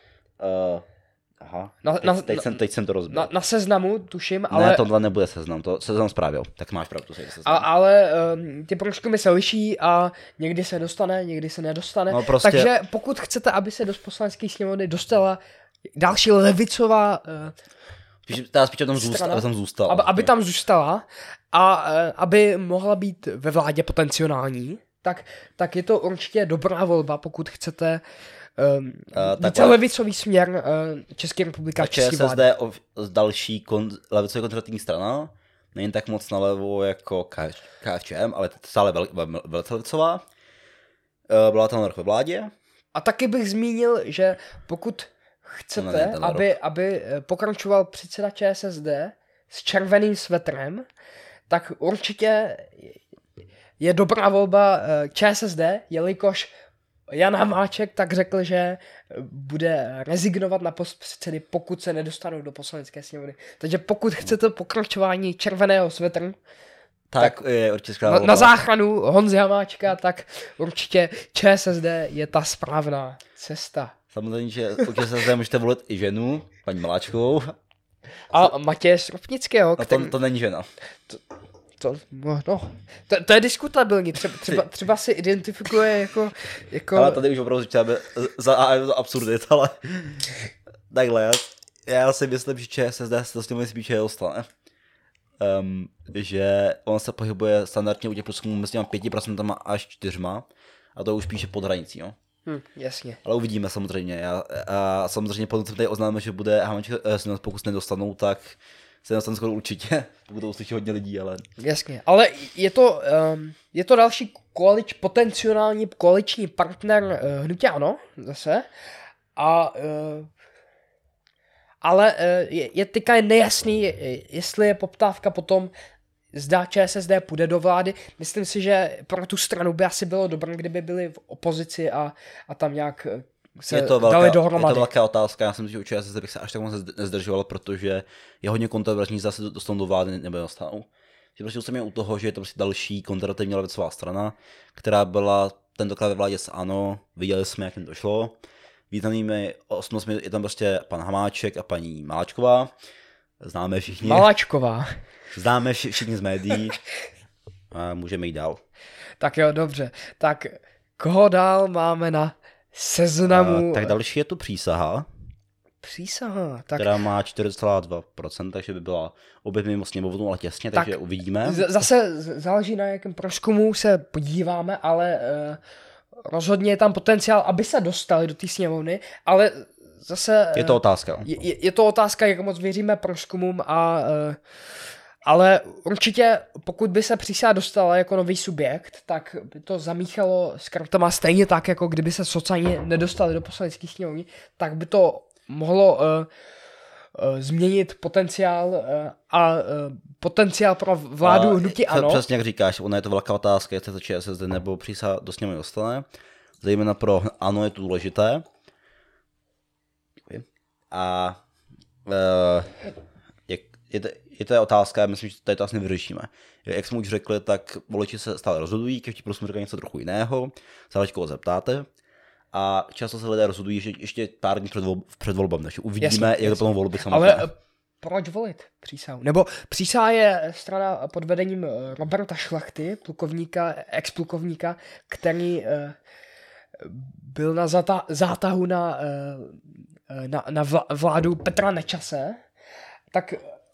teď jsem to rozbil. Na Seznamu, tuším, ale... Ne, tohle nebude Seznam, to Seznam zprávil, tak máš pravdu. Ale ty průzkumy se liší a někdy se dostane, někdy se nedostane. No prostě... Takže pokud chcete, aby se do poslanecké sněmovny dostala další levicová spíš tam zůstala. Aby tam zůstala a aby mohla být ve vládě potenciální, tak je to určitě dobrá volba, pokud chcete více levicový směr České republiky a České vlády. ČSSD další levicově konzervativní strana, není tak moc nalevo jako KSČM, ale stále velice levicová. Byla tam ve vládě. A taky bych zmínil, že pokud chcete, aby pokračoval předseda ČSSD s červeným svetrem, tak určitě je dobrá volba ČSSD, jelikož Jan Hamáček tak řekl, že bude rezignovat na post předsedy, pokud se nedostanou do poslanecké sněmovny. Takže pokud chcete pokračování červeného svetru, tak je určitě na záchranu Honzy Hamáčka, tak určitě ČSSD je ta správná cesta. Samozřejmě, že u ČSSD můžete volit i ženu, paní Maláčkovou. A Matěje Stropnického. To není žena. To je diskutabilní, třeba si identifikuje jako... Ale tady už opravdu říkáme je to absurdit, ale takhle, já si myslím, že ČSSD se to s tím spíše dostane. Že on se pohybuje standardně u těch průzkumů mezi 5% až 4%, a to už píše pod hranicí, jo. Jasně. Ale uvidíme samozřejmě. A samozřejmě potom se tady oznáme, že bude Hamáček, pokud se nedostanou, tak se nedostanou skoro určitě, pokud to uslyší hodně lidí, ale... Jasně, ale je to další potenciální koaliční partner hnutí ANO, zase, ale je teďka nejasný, jestli je poptávka potom, zda ČSSD půjde do vlády. Myslím si, že pro tu stranu by asi bylo dobré, kdyby byli v opozici a tam nějak se dali dohromady. Je to velká otázka, já si myslím, že u ČSSD bych se až tak moc nezdržoval, protože je hodně kontroverzní, zase dostanou do vlády nebo dostanou. Prostě jsem měl u toho, že je to prostě další konzervativní levicová strana, která byla tentokrát ve vládě s ANO, viděli jsme, jak jim to šlo. Významnými osobnostmi je tam prostě pan Hamáček a paní Maláčková. Známe všichni. Maláčková. Známe všichni z médií. A můžeme jít dál. Tak jo, dobře. Tak koho dál máme na seznamu? Tak další je tu Přísaha. Přísaha. Tak... která má 4,2%, takže by byla opět mimo sněmovnu, ale těsně, takže uvidíme. Zase záleží, na jakém průzkumu se podíváme, ale rozhodně je tam potenciál, aby se dostali do té sněmovny, ale zase... Je to otázka. Je to otázka, jak moc věříme průzkumům ale určitě, pokud by se Přísaha dostala jako nový subjekt, tak by to zamíchalo s kartama stejně tak, jako kdyby se sociálně nedostali do poslanecké sněmovny, tak by to mohlo změnit potenciál potenciál pro vládu hnutí ANO. Přesně jak říkáš, ona je to velká otázka, jestli to ČSSD nebo Přísaha do sněmovny dostane. Zejména pro ANO je to důležité. A je to otázka, myslím, že tady to asi nevyřešíme. Jak jsme už řekli, tak voliči se stále rozhodují, každý prostě říká něco trochu jiného, záleží, koho zeptáte. A často se lidé rozhodují, že ještě pár dní před volbami, takže uvidíme, jak dopadnou volby samotné. Ale proč volit Přísahu? Nebo Přísaha je strana pod vedením Roberta Šlachty, ex-plukovníka, který byl na zátahu na vládu Petra Nečase. Tak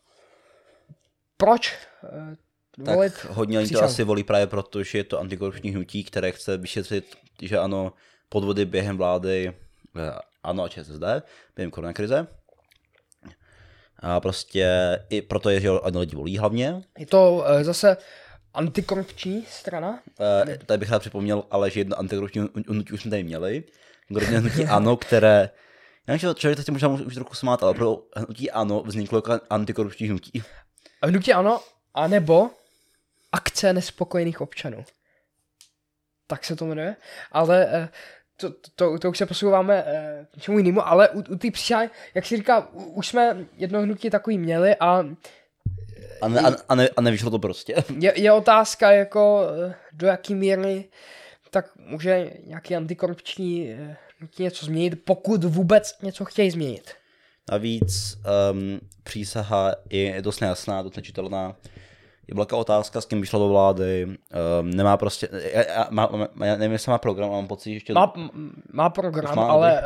proč volit tak hodně lidí to asi volí právě proto, že je to antikorupční hnutí, které chce vyšetřit, že ano, podvody během vlády ANO a ČSSD, během koronakrize. A prostě i proto je, že ano lidi volí hlavně. Je to zase antikorupční strana? Tady bych rád připomněl, ale že jedno antikorupční hnutí už jsme tady měli. Hnutí ANO, které Já nevím, člověk teď možná už trochu smát, ale pro hnutí ANO vzniklo jako antikorupční hnutí. Hnutí ANO, anebo akce nespokojených občanů. Tak se to jmenuje. Ale to už se posouváme k čemu jinému, ale u té přísahy, jak si říká, už jsme jedno hnutí takový měli a nevyšlo to prostě. Je otázka, jako do jaký míry tak může nějaký antikorupční něco změnit, pokud vůbec něco chtějí změnit. Navíc přísaha je dost nejasná, dost nečitelná. Je velká otázka, s kým vyšla do vlády. Nemá prostě, nevím, jestli má program, mám pocit, že ještě... Má program,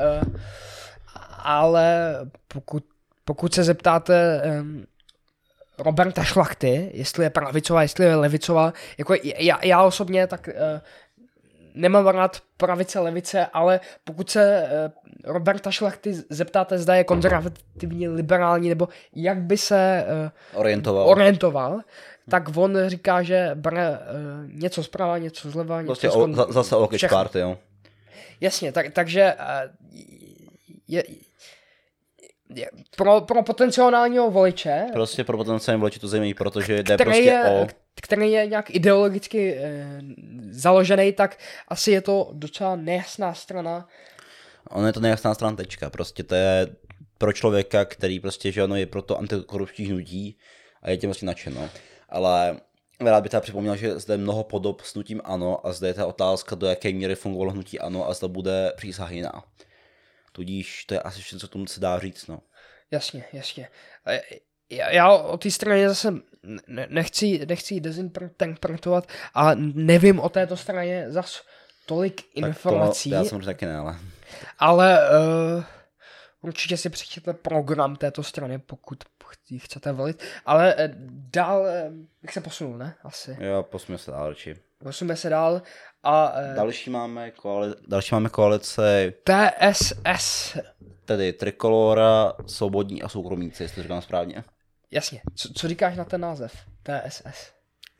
ale pokud se zeptáte Roberta Šlachty, jestli je pravicová, jestli je levicová, jako já osobně tak nemám rád pravice, levice, ale pokud se Roberta Šlachty zeptáte, zda je konzervativní, liberální, nebo jak by se orientoval, tak on říká, že bere něco zprava, něco zleva, prostě něco zase Okage Party, jo. Jasně, takže pro potenciálního voliče... Prostě pro potenciálního voliče to zajímavé, protože jde prostě který je nějak ideologicky založený, tak asi je to docela nejasná strana. Ono je to nejasná strana tečka, prostě to je pro člověka, který prostě, že ono je pro to antikorupční hnutí a je tím vlastně nadšeno. Ale rád bych teda připomněl, že zde je mnoho podob s hnutím ANO a zde je ta otázka, do jaké míry fungovalo hnutí ANO a zda bude přísaha jiná. Tudíž to je asi všechno, co tomu se dá říct, no. Jasně. Já o té straně zase nechci dezinterpretovat a nevím o této straně zas tolik informací. Já samozřejmě taky ne, ale... Ale určitě si přečtěte program této strany, pokud ji chcete volit. Ale dál bych se posunul, ne? Asi. Jo, posuneme se dál, radši. Posuneme se dál a... Další máme koalice... TSS. Tedy Trikolora, Svobodní a Soukromníci, jestli to říkám správně. Jasně. Co říkáš na ten název? TSS.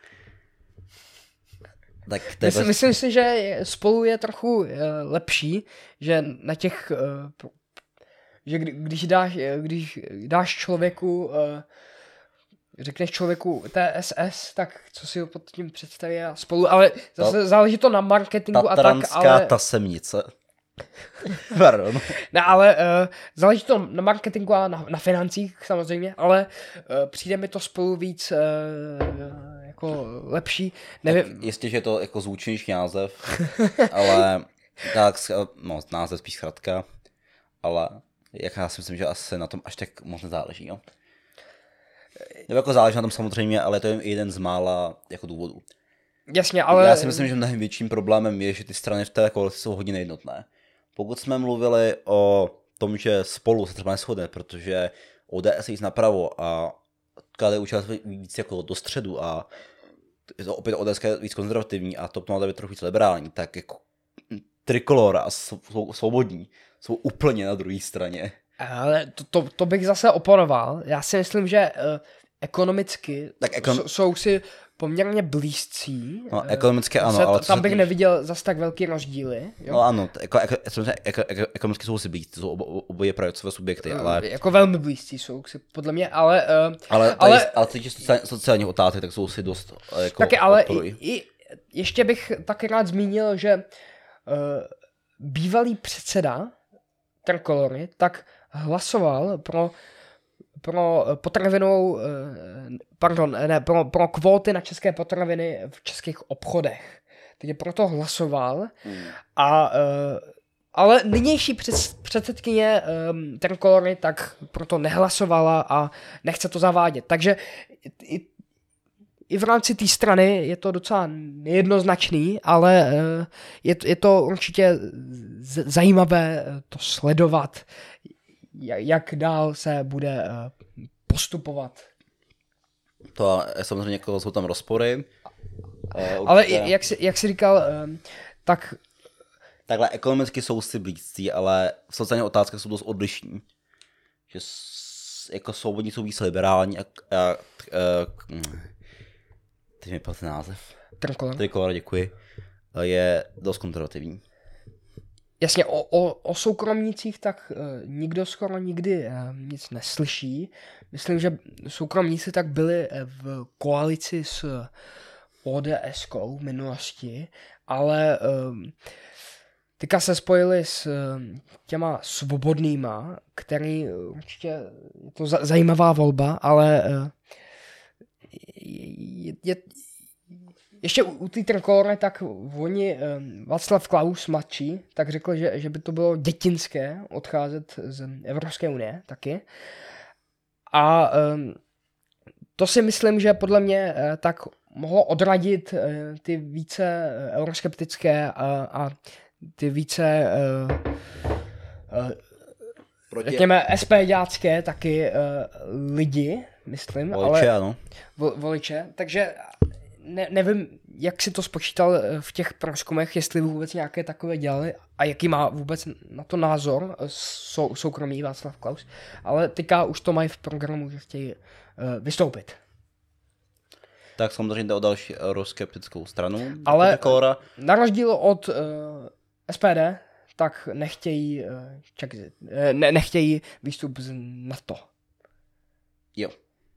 Tak myslím si, že Spolu je trochu lepší, že na těch... že když dáš člověku... řekneš člověku TSS, tak co si ho pod tím představí a Spolu, ale zase záleží to na marketingu a tak, ale... Tatranská tasemnice. Pardon. Ne, ale záleží to na marketingu a na financích samozřejmě, ale přijde mi to Spolu víc jako lepší. Nevím. Jistě, že je to jako zvučnější název, ale tak, no, název spíš zkratka, ale jak já si myslím, že asi na tom až tak moc nezáleží, jo. Nebo jako záleží na tom samozřejmě, ale to je jeden z mála jako důvodů. Jasně, ale... Já si myslím, že mnohem větším problémem je, že ty strany v té koalici jsou hodně nejednotné. Pokud jsme mluvili o tom, že Spolu se třeba neshodne, protože ODS je jít napravo a KDU-ČSL víc jako do středu a je to opět ODS je víc konzervativní a TOP 09 trochu víc liberální, tak jako Trikolora a Svobodní jsou úplně na druhé straně. Ale to bych zase oponoval. Já si myslím, že ekonomicky jsou si poměrně blízcí. No, ekonomicky ano, ale tam bych neviděl zase tak velký rozdíly. Jo? No ano, ekonomicky jsou si blízcí, jsou oboje pravicové subjekty, ale... Jako velmi blízcí jsou si podle mě, ale co těch sociálních otázek, tak jsou si dost jako taky, ale ještě bych taky rád zmínil, že bývalý předseda Trikolory tak hlasoval pro kvóty na české potraviny v českých obchodech. Takže proto hlasoval ale nynější předsedkyně Trikolory tak proto nehlasovala a nechce to zavádět. Takže i v rámci té strany je to docela nejednoznačný, ale je to určitě zajímavé to sledovat, jak dál se bude postupovat. To samozřejmě jako jsou tam rozpory. Ale jak jsi říkal, tak... Takhle ekonomicky jsou si blízcí, ale v sociálních otázkách jsou dost odlišní. Že jako Svobodní jsou víc liberální a teď mi padl název. Trikolora, děkuji. Je dost konzervativní. Jasně, o soukromnících tak nikdo skoro nikdy nic neslyší. Myslím, že soukromníci tak byli v koalici s ODS-kou v minulosti, ale teďka se spojili s těma svobodnýma, který určitě je to zajímavá volba, ale ještě u té Trikolóry, tak oni, Václav Klaus mladší, tak řekl, že by to bylo dětinské odcházet z Evropské unie taky. A to si myslím, že podle mě tak mohlo odradit ty více euroskeptické a ty více řekněme SPDácké taky lidi, myslím. Voliče, ale ano. Voliče, takže nevím, jak si to spočítal v těch průzkumech, jestli vůbec nějaké takové dělali a jaký má vůbec na to názor soukromý Václav Klaus, ale teďka už to mají v programu, že chtějí vystoupit. Tak samozřejmě jde o další euroskeptickou stranu. Ale na rozdíl od SPD, tak nechtějí výstup z NATO. Jo.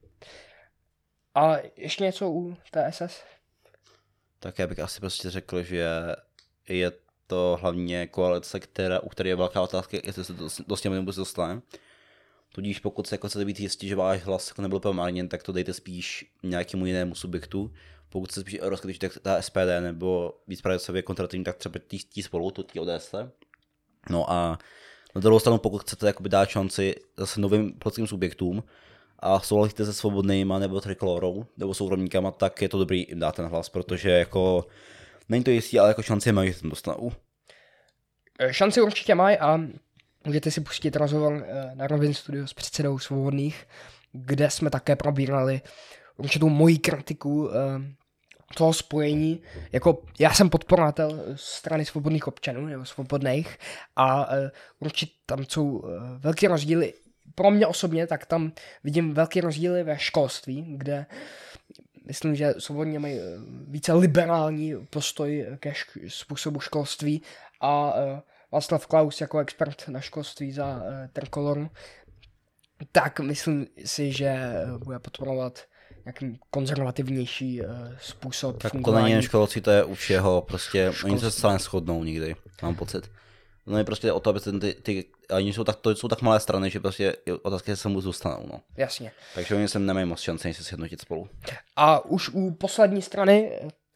A ještě něco u TSS? Tak já bych asi prostě řekl, že je to hlavně koalice, u které je velká otázka, jestli se do sněmovny vůbec dostane. Tudíž pokud se jako chcete být jistí, že váš hlas jako nebyl promarněn, tak to dejte spíš nějakému jinému subjektu. Pokud se spíš euroskeptičtí, tak ta SPD nebo víc pravicově kontrativní, tak třeba tí spolu, tí ODS. No a na druhou stranu, pokud chcete jakoby dát šanci zase novým politickým subjektům a souhlasíte se Svobodnýma nebo Trikolórou nebo soukromníkama, tak je to dobrý jim dát ten hlas, protože jako není to jistý, ale jako šanci mají, že se dostanou. Šanci určitě mají a můžete si pustit rozhovor na Rovin Studio s předsedou Svobodných, kde jsme také probírali určitou moji kritiku toho spojení. Jako já jsem podporovatel strany Svobodných občanů nebo Svobodných a určitě tam jsou velké rozdíly. Pro mě osobně, tak tam vidím velké rozdíly ve školství, kde myslím, že Svobodní mají více liberální postoj ke způsobu školství a Václav Klaus jako expert na školství za Trikoloru, tak myslím si, že bude podporovat nějaký konzervativnější způsob tak fungování. To není jen školství, to je u všeho, prostě oni se celé shodnou nikdy, mám pocit. No je prostě o to, aby oni jsou tak malé strany, že prostě otázky se vůbec dostanou, no. Jasně. Takže oni se nemají moc šance se sjednotit spolu. A už u poslední strany,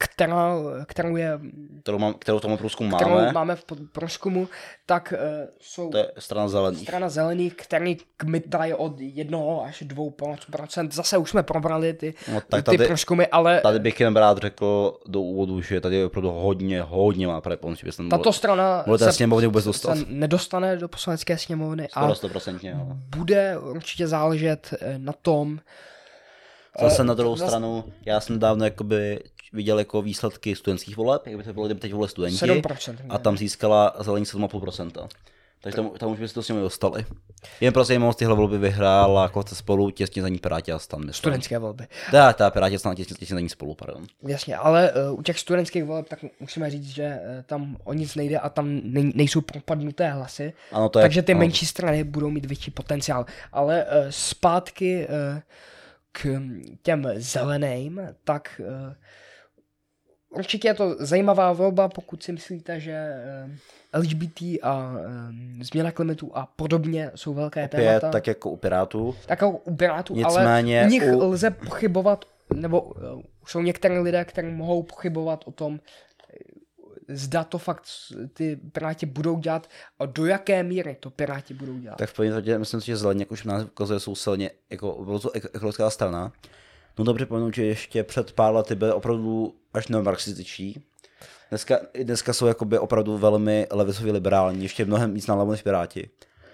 kterou tomu průzkumu máme v průzkumu, tak jsou to je strana zelených. Strana zelených, který kmitají od 1 až 2%. Zase už jsme probrali ty průzkumy, ale tady bych jen rád řekl do úvodu, že tady je opravdu hodně má pravděpodobnost, že tato strana se vůbec dostat. Nedostane do poslanecké sněmovny skoro a 100%, jo. Bude určitě záležet na tom. Zase na druhou stranu, já jsem dávno jakoby viděl jako výsledky studentských voleb, jak by to bylo, kdyby teď volili studenti 7%, a tam získala zelení 7,5%. Takže tam už by se to s nimi dostali. Jen pro zajímavost, tyhle volby vyhrála jako spolu těsně za ní Piráti a STAN. Studentské volby. Ta Piráti a STAN těsně za ní spolu, pardon. Jasně, ale u těch studentských voleb tak musíme říct, že tam o nic nejde a tam nejsou propadnuté hlasy. Ano, takže ty menší strany budou mít větší potenciál. Ale zpátky k těm zeleným, tak určitě je to zajímavá volba, pokud si myslíte, že LGBT a změna klimatu a podobně jsou velké témata. Tak jako u Pirátů. Tak jako u Pirátů, nicméně ale u nich lze pochybovat, nebo jsou některé lidé, kteří mohou pochybovat o tom, zda to fakt ty Piráti budou dělat a do jaké míry to Piráti budou dělat. Tak v první řadě myslím si, že zelení, jak už nás ukazuje, jsou silně jako ekologická strana. No dobře připomenout, že ještě před pár lety byly opravdu až neomarxističtí. Dneska jsou jakoby opravdu velmi levicově liberální, ještě mnohem víc nalevo než Piráti.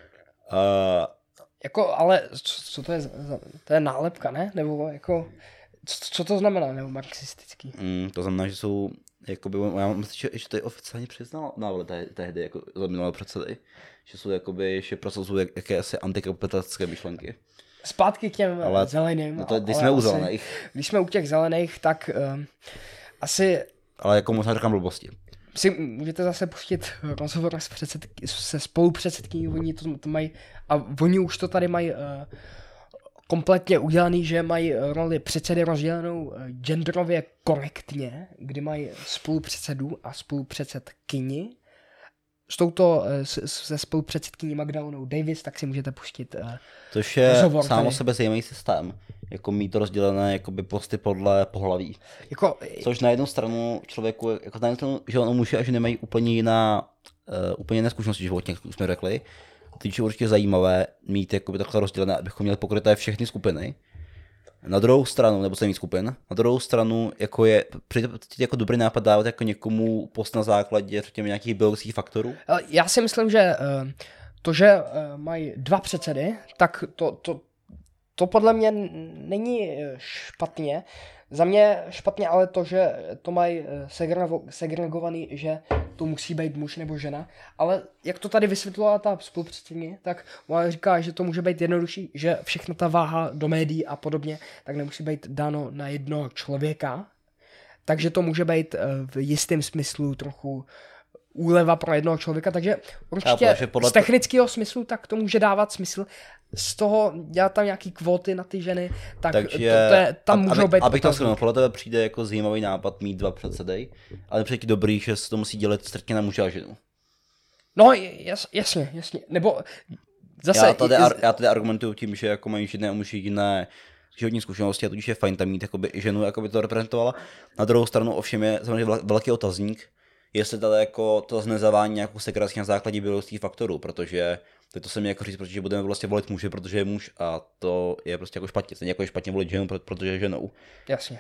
Jako, ale co to je? To je nálepka, ne? Nebo jako, co to znamená neomarxistický? To znamená, že jsou jakoby, já myslím, že to je oficiálně přiznal návole tehdy, jako za minulé předsedy, že jsou jakoby, že prosazují jakési antikapitalistické myšlenky. Zpátky k těm zeleným. No to, když jsme u zelených. Když jsme u těch zelených, tak asi... Ale jako možná říkám blbosti. si můžete zase pustit rozhovor se spolupředsedkyní, oni to mají, a oni už to tady mají kompletně udělaný, že mají roli předsedy rozdělenou genderově korektně, kdy mají spolupředsedu a spolupředsedkyni. S touto, se spolupředsedkyní Magdalenou Davis, tak si můžete pustit Což je rozhovor sám tady. o sebe zajímavý systém, jako mít to rozdělené jakoby posty podle pohlaví. Jako, Což na jednu stranu člověku, jako na jednu stranu, že ono muži a ženy mají úplně jiné zkušenosti životně, jak jsme řekli. Teď je určitě zajímavé mít jakoby takhle rozdělené, abychom měli pokryté všechny skupiny. Na druhou stranu, nebo samý skupin, na druhou stranu jako je jako dobrý nápad dávat jako někomu post na základě řekněme nějakých biologických faktorů. já si myslím, že to, že mají 2 předsedy, tak to podle mě není špatně. Za mě špatně ale to, že to mají segregovaný, že to musí být muž nebo žena. Ale jak to tady vysvětlila ta spolupředsedkyně, tak ona říká, že to může být jednodušší, že všechna ta váha do médií a podobně, tak nemusí být dáno na jednoho člověka. Takže to může být v jistém smyslu trochu úleva pro jednoho člověka, takže určitě z technického smyslu tak to může dávat smysl. Z toho dělat tam nějaký kvóty na ty ženy, tak takže, tam můžou být. Abych to shrnul, podle tebe přijde jako zajímavý nápad mít 2 předsedy, ale přijde dobrý, že se to musí dělat striktně na muže a ženu. No jasně. Nebo zase... Já tady argumentuju tím, že jako mají ženy a muži jiné životní zkušenosti a tudíž je fajn tam mít jakoby i ženu, jakoby to reprezentovala. Na druhou stranu ovšem je samozřejmě velký otazník, jestli tady jako to znezavání nějakou segregaci na základě biologických faktorů, protože to se mi jako říct, protože budeme vlastně volit muže, protože je muž a to je prostě jako špatně. Stejně jako je špatně volit ženu, protože je ženou. Jasně.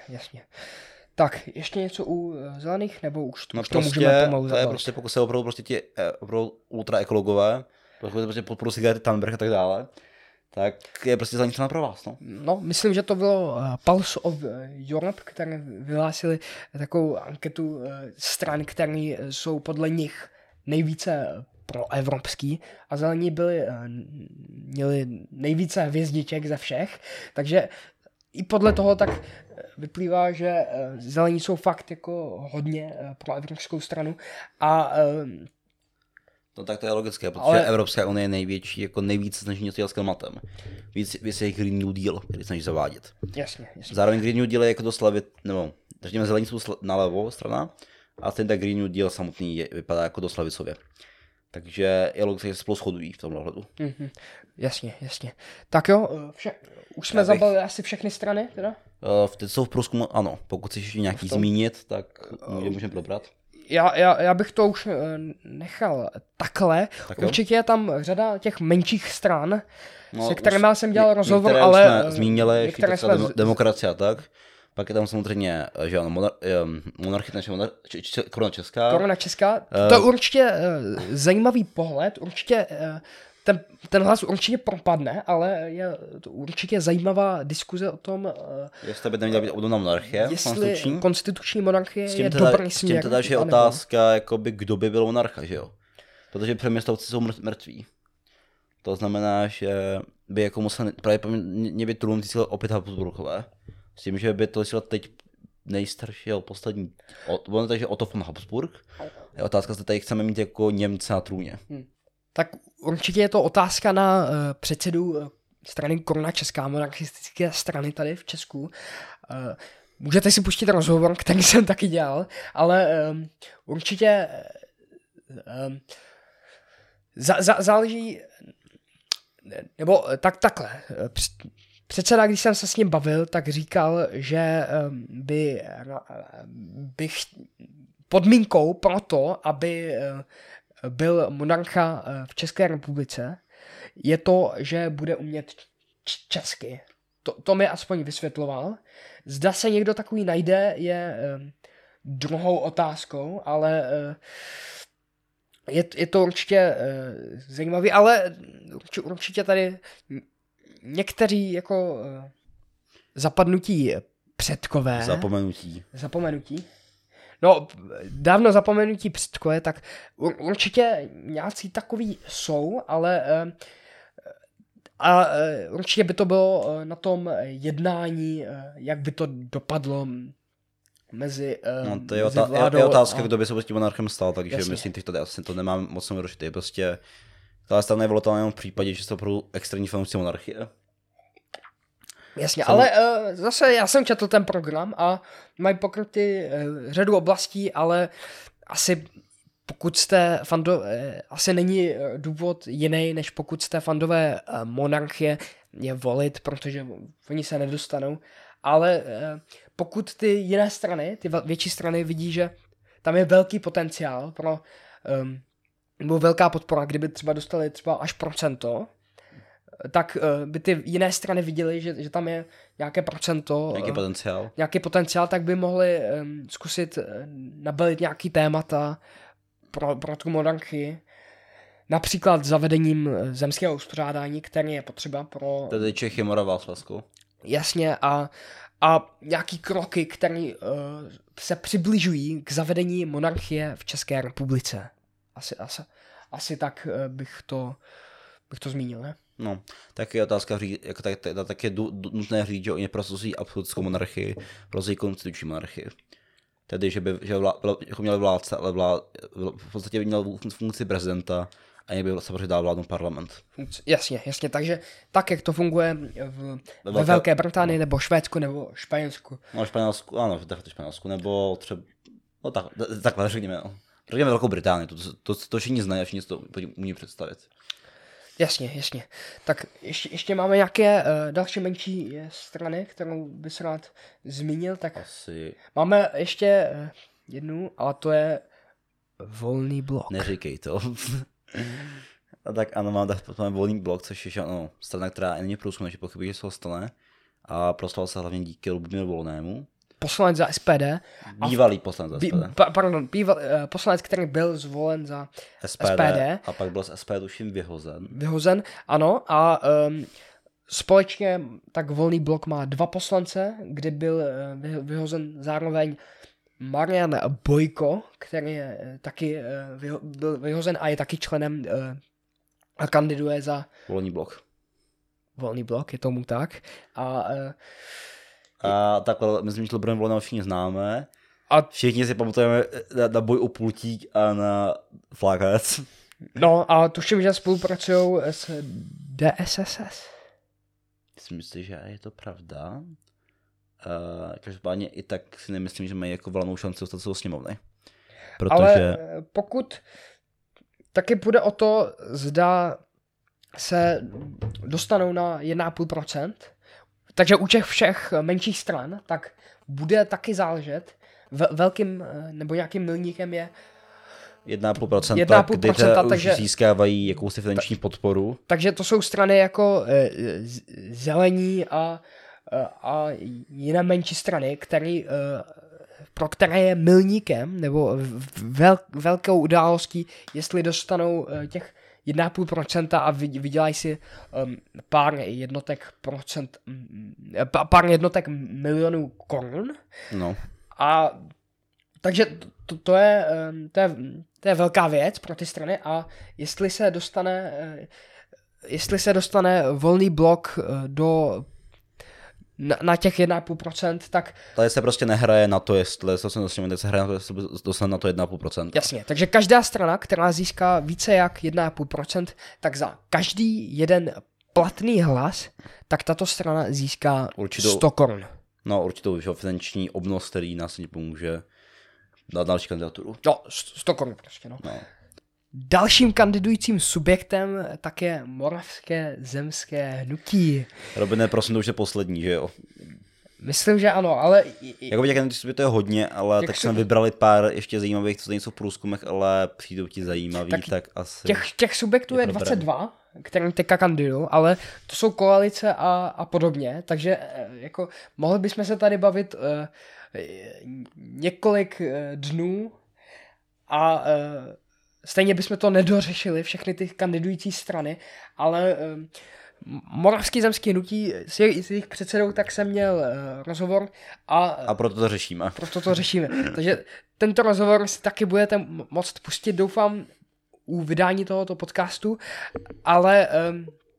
Tak, ještě něco u zelených, nebo už no to prostě, můžeme pomalu zapavit? To je zapavit? prostě, pokud se opravdu prostě ti opravdu ultraekologové, pokud prostě podporu cigarety Thunberg a tak dále, tak je prostě zelený strana pro vás, no. No, myslím, že to bylo Pulse of Europe, které vyhlásili takovou anketu stran, které jsou podle nich nejvíce proevropský a zelení měli nejvíce hvězdiček ze všech, takže i podle toho tak vyplývá, že zelení jsou fakt jako hodně pro evropskou stranu a no tak to je logické, protože Evropská unie je největší, jako nejvíce snaží něco dělat s klimatem. Víc je Green New Deal, který snaží zavádět. Jasně. Zároveň Green New Deal je jako dost levit, nebo řekněme zelení jsou nalevo strana a ten tak Green New Deal samotný vypadá jako dost levicově. Takže je logické, že se spolu shodují v tomhle ohledu. Mm-hmm. Jasně. Tak jo, už jsme zabalili asi všechny strany, teda? Teď jsou v průzkumu, ano. Pokud chceš ještě nějaký zmínit, tak můžeme probrat. Já bych to už nechal takhle. Tak určitě je tam řada těch menších stran, se kterými jsem dělal rozhovor, ale... Jsme zmínili, demokracie a tak. Pak je tam samozřejmě, že ano, Koruna Česká. Koruna Česká, to je určitě zajímavý pohled, určitě ten hlas určitě propadne, ale je to určitě zajímavá diskuze o tom, jestli by neměla být obdobná monarchie, jestli konstituční monarchie je dobrý směr. S tím teda, že je otázka, jakoby, kdo by byl monarcha, že jo? Protože přeměstovci jsou mrtví. To znamená, že by jako musel právě být trůn získat opět Habsburkové. S tím, že by to získat teď nejstarší, poslední, takže Otto von Habsburg. Je otázka, zda tady chceme mít jako Němce na trůně. Tak určitě je to otázka na předsedu strany Koruna Česká, monarchistické strany tady v Česku. Můžete si pustit rozhovor, který jsem taky dělal, ale určitě záleží, nebo takhle. Předseda, když jsem se s ním bavil, tak říkal, že by podmínkou pro to, aby byl monarcha v České republice, je to, že bude umět česky. To mi aspoň vysvětloval. Zda se někdo takový najde, je druhou otázkou, ale je to určitě zajímavý, ale určitě tady někteří jako zapadnutí předkové. Zapomenutí. No, dávno zapomenutí předkové, tak určitě nějací takový jsou, ale určitě by to bylo na tom jednání, jak by to dopadlo mezi No, to je, mezi vládou je otázka, a... kdo by se pod tím monarchem stal, takže Jasně. myslím, že tady asi to nemám moc vyřešit. Prostě ta strana je volitelná jenom v případě, že jsou opravdu extrémní fanoušci monarchie. Jasně, ale zase já jsem četl ten program a mají pokryty řadu oblastí, ale asi pokud jste asi není důvod jiný, než pokud jste fandové monarchie, je volit, protože oni se nedostanou. Ale pokud ty jiné strany, ty větší strany vidí, že tam je velký potenciál pro, nebo velká podpora, kdyby třeba dostali třeba až procento, tak by ty jiné strany viděly, že tam je nějaké procento, nějaký potenciál, tak by mohli zkusit nabalit nějaký témata pro tu monarchii. Například zavedením zemského uspořádání, který je potřeba pro... Tedy Čechy, Morava, Slezsko. Jasně, a nějaký kroky, které se přibližují k zavedení monarchie v České republice. Asi tak bych to zmínil, ne? No, tak je otázka, jako tak je nutné říct, že oni prosazují absolutskou monarchii, prosazují konstituční monarchii. Tedy, že měli vládce, ale v podstatě by měl funkci prezidenta a někdy by samozřejmě dal vládnout parlament. Jasně, takže tak, jak to funguje ve Velké Británii, nebo Švédsku, nebo Španělsku. No, Španělsku, ano, Španělsku, nebo třeba, no takhle řekněme, no. Řekněme Velkou Británii, to všichni znají a všichni to umí představit. Jasně. Tak ještě máme nějaké další menší strany, kterou bys rád zmínil, tak asi... Máme ještě jednu, ale to je Volný blok. Neříkej to. A tak ano, máme Volný blok, což je strana, která není průzkum, takže pochybuji, že se ho stane. A prostal se hlavně díky Lubomíru Volnému. Poslanec za SPD. Bývalý poslanec za SPD. Poslanec, který byl zvolen za SPD. A pak byl z SPD tuším vyhozen, ano. A společně tak Volný blok má 2 poslance, kde byl vyhozen zároveň Marian Bojko, který je taky byl vyhozen a je taky členem a kandiduje za Volný blok, je tomu tak. A takhle, myslím, že Lubomír Volného všichni známe. A všichni si pamatujeme na boj o pultík a na flagec. No a tuším, že spolupracují s DSSS. Myslím, že je to pravda. Každopádně i tak si nemyslím, že mají jako valnou šanci dostat se do sněmovny. Protože... Ale pokud taky půjde o to, zda se dostanou na 1,5%, takže u těch všech menších stran, tak bude taky záležet, velkým nebo nějakým milníkem je 1,5%, kdy takže získávají jakousi finanční podporu. Takže to jsou strany jako Zelení a jiné menší strany, pro které je milníkem nebo velkou událostí, jestli dostanou těch 1,5% a vydělají si pár jednotek milionů korun. No. A takže to je velká věc pro ty strany a jestli se dostane Volný blok na těch 1,5%, tak... Tady se prostě nehraje na to, jestli se hraje na to, jestli dostane na to 1,5%. Jasně, takže každá strana, která získá více jak 1,5%, tak za každý jeden platný hlas, tak tato strana získá 100 korun. No, určitou finanční obnos, který nás pomůže na další kandidaturu. No, 100 korun prostě, no. Dalším kandidujícím subjektem tak je Moravské zemské hnutí. Robine, prosím, to už je poslední, že jo? Myslím, že ano, ale... Jako těch kandidujících to je hodně, ale tak jsme vybrali pár ještě zajímavých, co nejsou v průzkumech, ale přijdou ti zajímaví, tak asi... Těch subjektů je 22, kterým teďka kandidují, ale to jsou koalice a podobně, takže jako mohli bychom se tady bavit několik dnů a... Stejně bychom to nedořešili, všechny ty kandidující strany, ale Moravský zemský hnutí s jejich předsedou tak jsem měl rozhovor a proto to řešíme. Takže tento rozhovor si taky budete moct pustit, doufám, u vydání tohoto podcastu, ale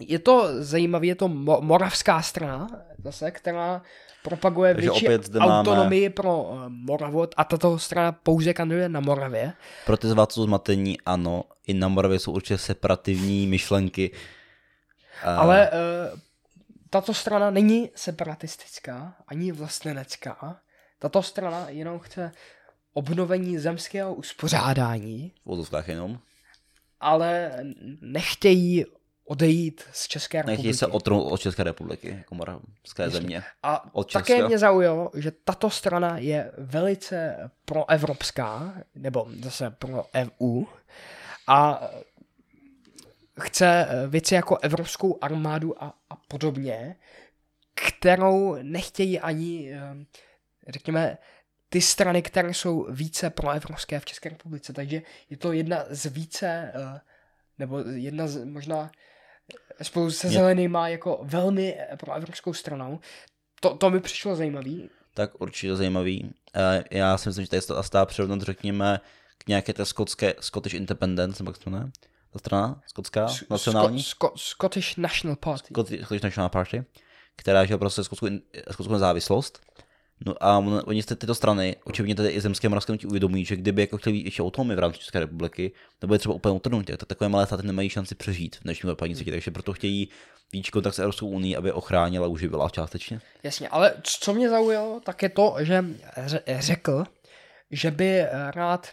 je to zajímavé, je to moravská strana, zase, která propaguje větší autonomii pro Moravu a tato strana pouze kandiduje na Moravě. Pro ty z vás, co zmatení, ano, i na Moravě jsou určitě separativní myšlenky. Ale tato strana není separatistická, ani vlastenecká. Tato strana jenom chce obnovení zemského uspořádání. V ozovkách jenom. Ale nechtějí odejít z České republiky. Nechtějí se otrhnout od České republiky, jako moravské země. A také mě zaujalo, že tato strana je velice proevropská, nebo zase pro EU, a chce věci jako evropskou armádu a podobně, kterou nechtějí ani, řekněme, ty strany, které jsou více proevropské v České republice. Takže je to jedna z více, nebo jedna z možná spolu se Zelenýma jako velmi proevropskou stranou. To mi přišlo zajímavý. Tak určitě zajímavý. Já si myslím, že tady se to přirovnat, řekněme, k nějaké té Scottish Independence, nebo jak se to jmenuje? Ta strana skotská, nacionální? Scottish National Party. Scottish National Party, která je prostě skotskou nezávislost. No a oni z tyto strany, očividně tady i zemské moravské hnutí uvědomují, že kdyby jako chtěli ještě autonomii v rámci České republiky, nebo je třeba úplně utrhnutě, tak takové malé státy nemají šanci přežít v dnešním západním světě, takže proto chtějí víc kontakt s Evropskou unii, aby ochránila a uživila částečně. Jasně, ale co mě zaujalo, tak je to, že řekl, že by rád,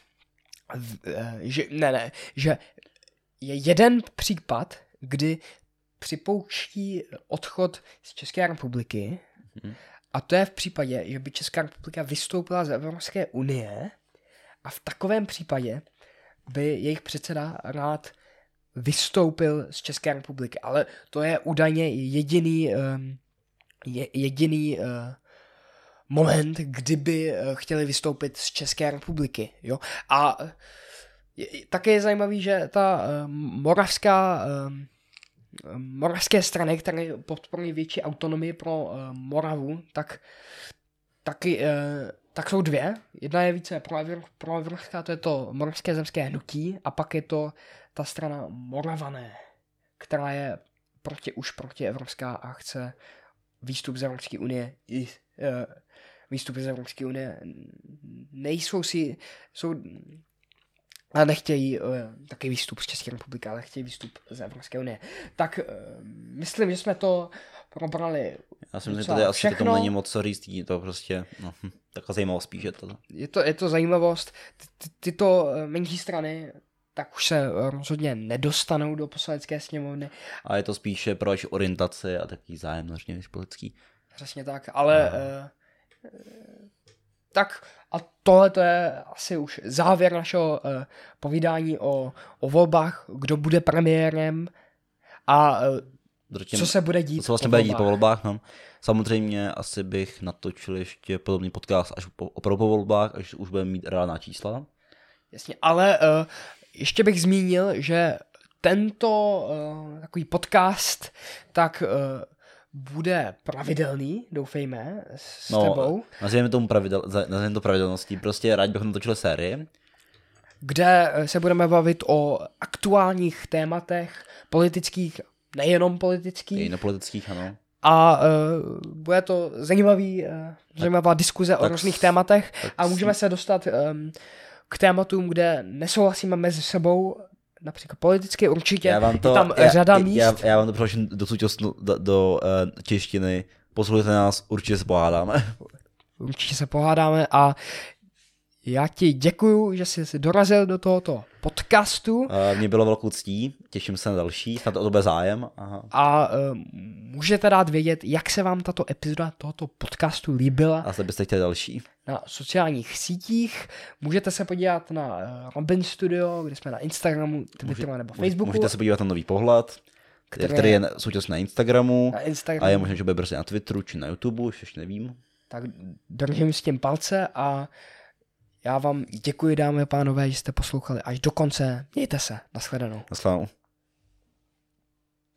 že je jeden případ, kdy připouští odchod z České republiky, a to je v případě, že by Česká republika vystoupila z Evropské unie a v takovém případě by jejich předseda rád vystoupil z České republiky. Ale to je údajně jediný moment, kdyby chtěli vystoupit z České republiky. Jo? A také je zajímavý, že ta moravské strany, které podporují větší autonomii pro Moravu, tak jsou dvě. Jedna je více proevropská, to je to moravské zemské hnutí, a pak je to ta strana Moravané, která je protievropská a chce výstup z Evropské unie. Výstupy z Evropské unie a nechtějí taky výstup z České republiky, ale chtějí výstup z Evropské unie. Tak myslím, že jsme to probrali. Já si myslím, že tady asi tomu není moc co říct, to prostě taková zajímavost spíš je to. Je to zajímavost. Tyto menší strany tak už se rozhodně nedostanou do poslanecké sněmovny. A je to spíše pro vaši orientaci a takový zájem než politický. Přesně tak, ale tak a tohle to je asi už závěr našeho povídání o volbách, kdo bude premiérem a co se bude dít. Co vlastně bude dít po volbách. No. Samozřejmě asi bych natočil ještě podobný podcast až opravdu po volbách, až už budeme mít reálná čísla. Jasně, ale ještě bych zmínil, že tento takový podcast tak bude pravidelný, doufejme, s tebou. Nazvěme to pravidelností, prostě rád bychom natočili sérii. Kde se budeme bavit o aktuálních tématech, politických, nejenom politických. Nejenom politických, ano. A bude to zajímavá diskuze o různých tématech a můžeme se dostat k tématům, kde nesouhlasíme mezi sebou, například politicky, určitě je tam řada míst. Já vám to přeložím do současnu do češtiny. Poslouchejte nás, určitě se pohádáme. Určitě se pohádáme a já ti děkuju, že jsi dorazil do tohoto podcastu. Mně bylo velkou ctí, těším se na další, snad o to bude zájem. Aha. A můžete dát vědět, jak se vám tato epizoda tohoto podcastu líbila. A zde byste chtěli další. Na sociálních sítích. Můžete se podívat na Robin Studio, kde jsme na Instagramu, Twitteru nebo Facebooku. Můžete se podívat na Nový pohled, který je současně na Instagramu. A je možné, že bude brzy na Twitteru či na YouTube, už ještě nevím. Tak držím s tím palce a já vám děkuji, dámy a pánové, že jste poslouchali až do konce. Mějte se. Nashledanou. Nashledanou.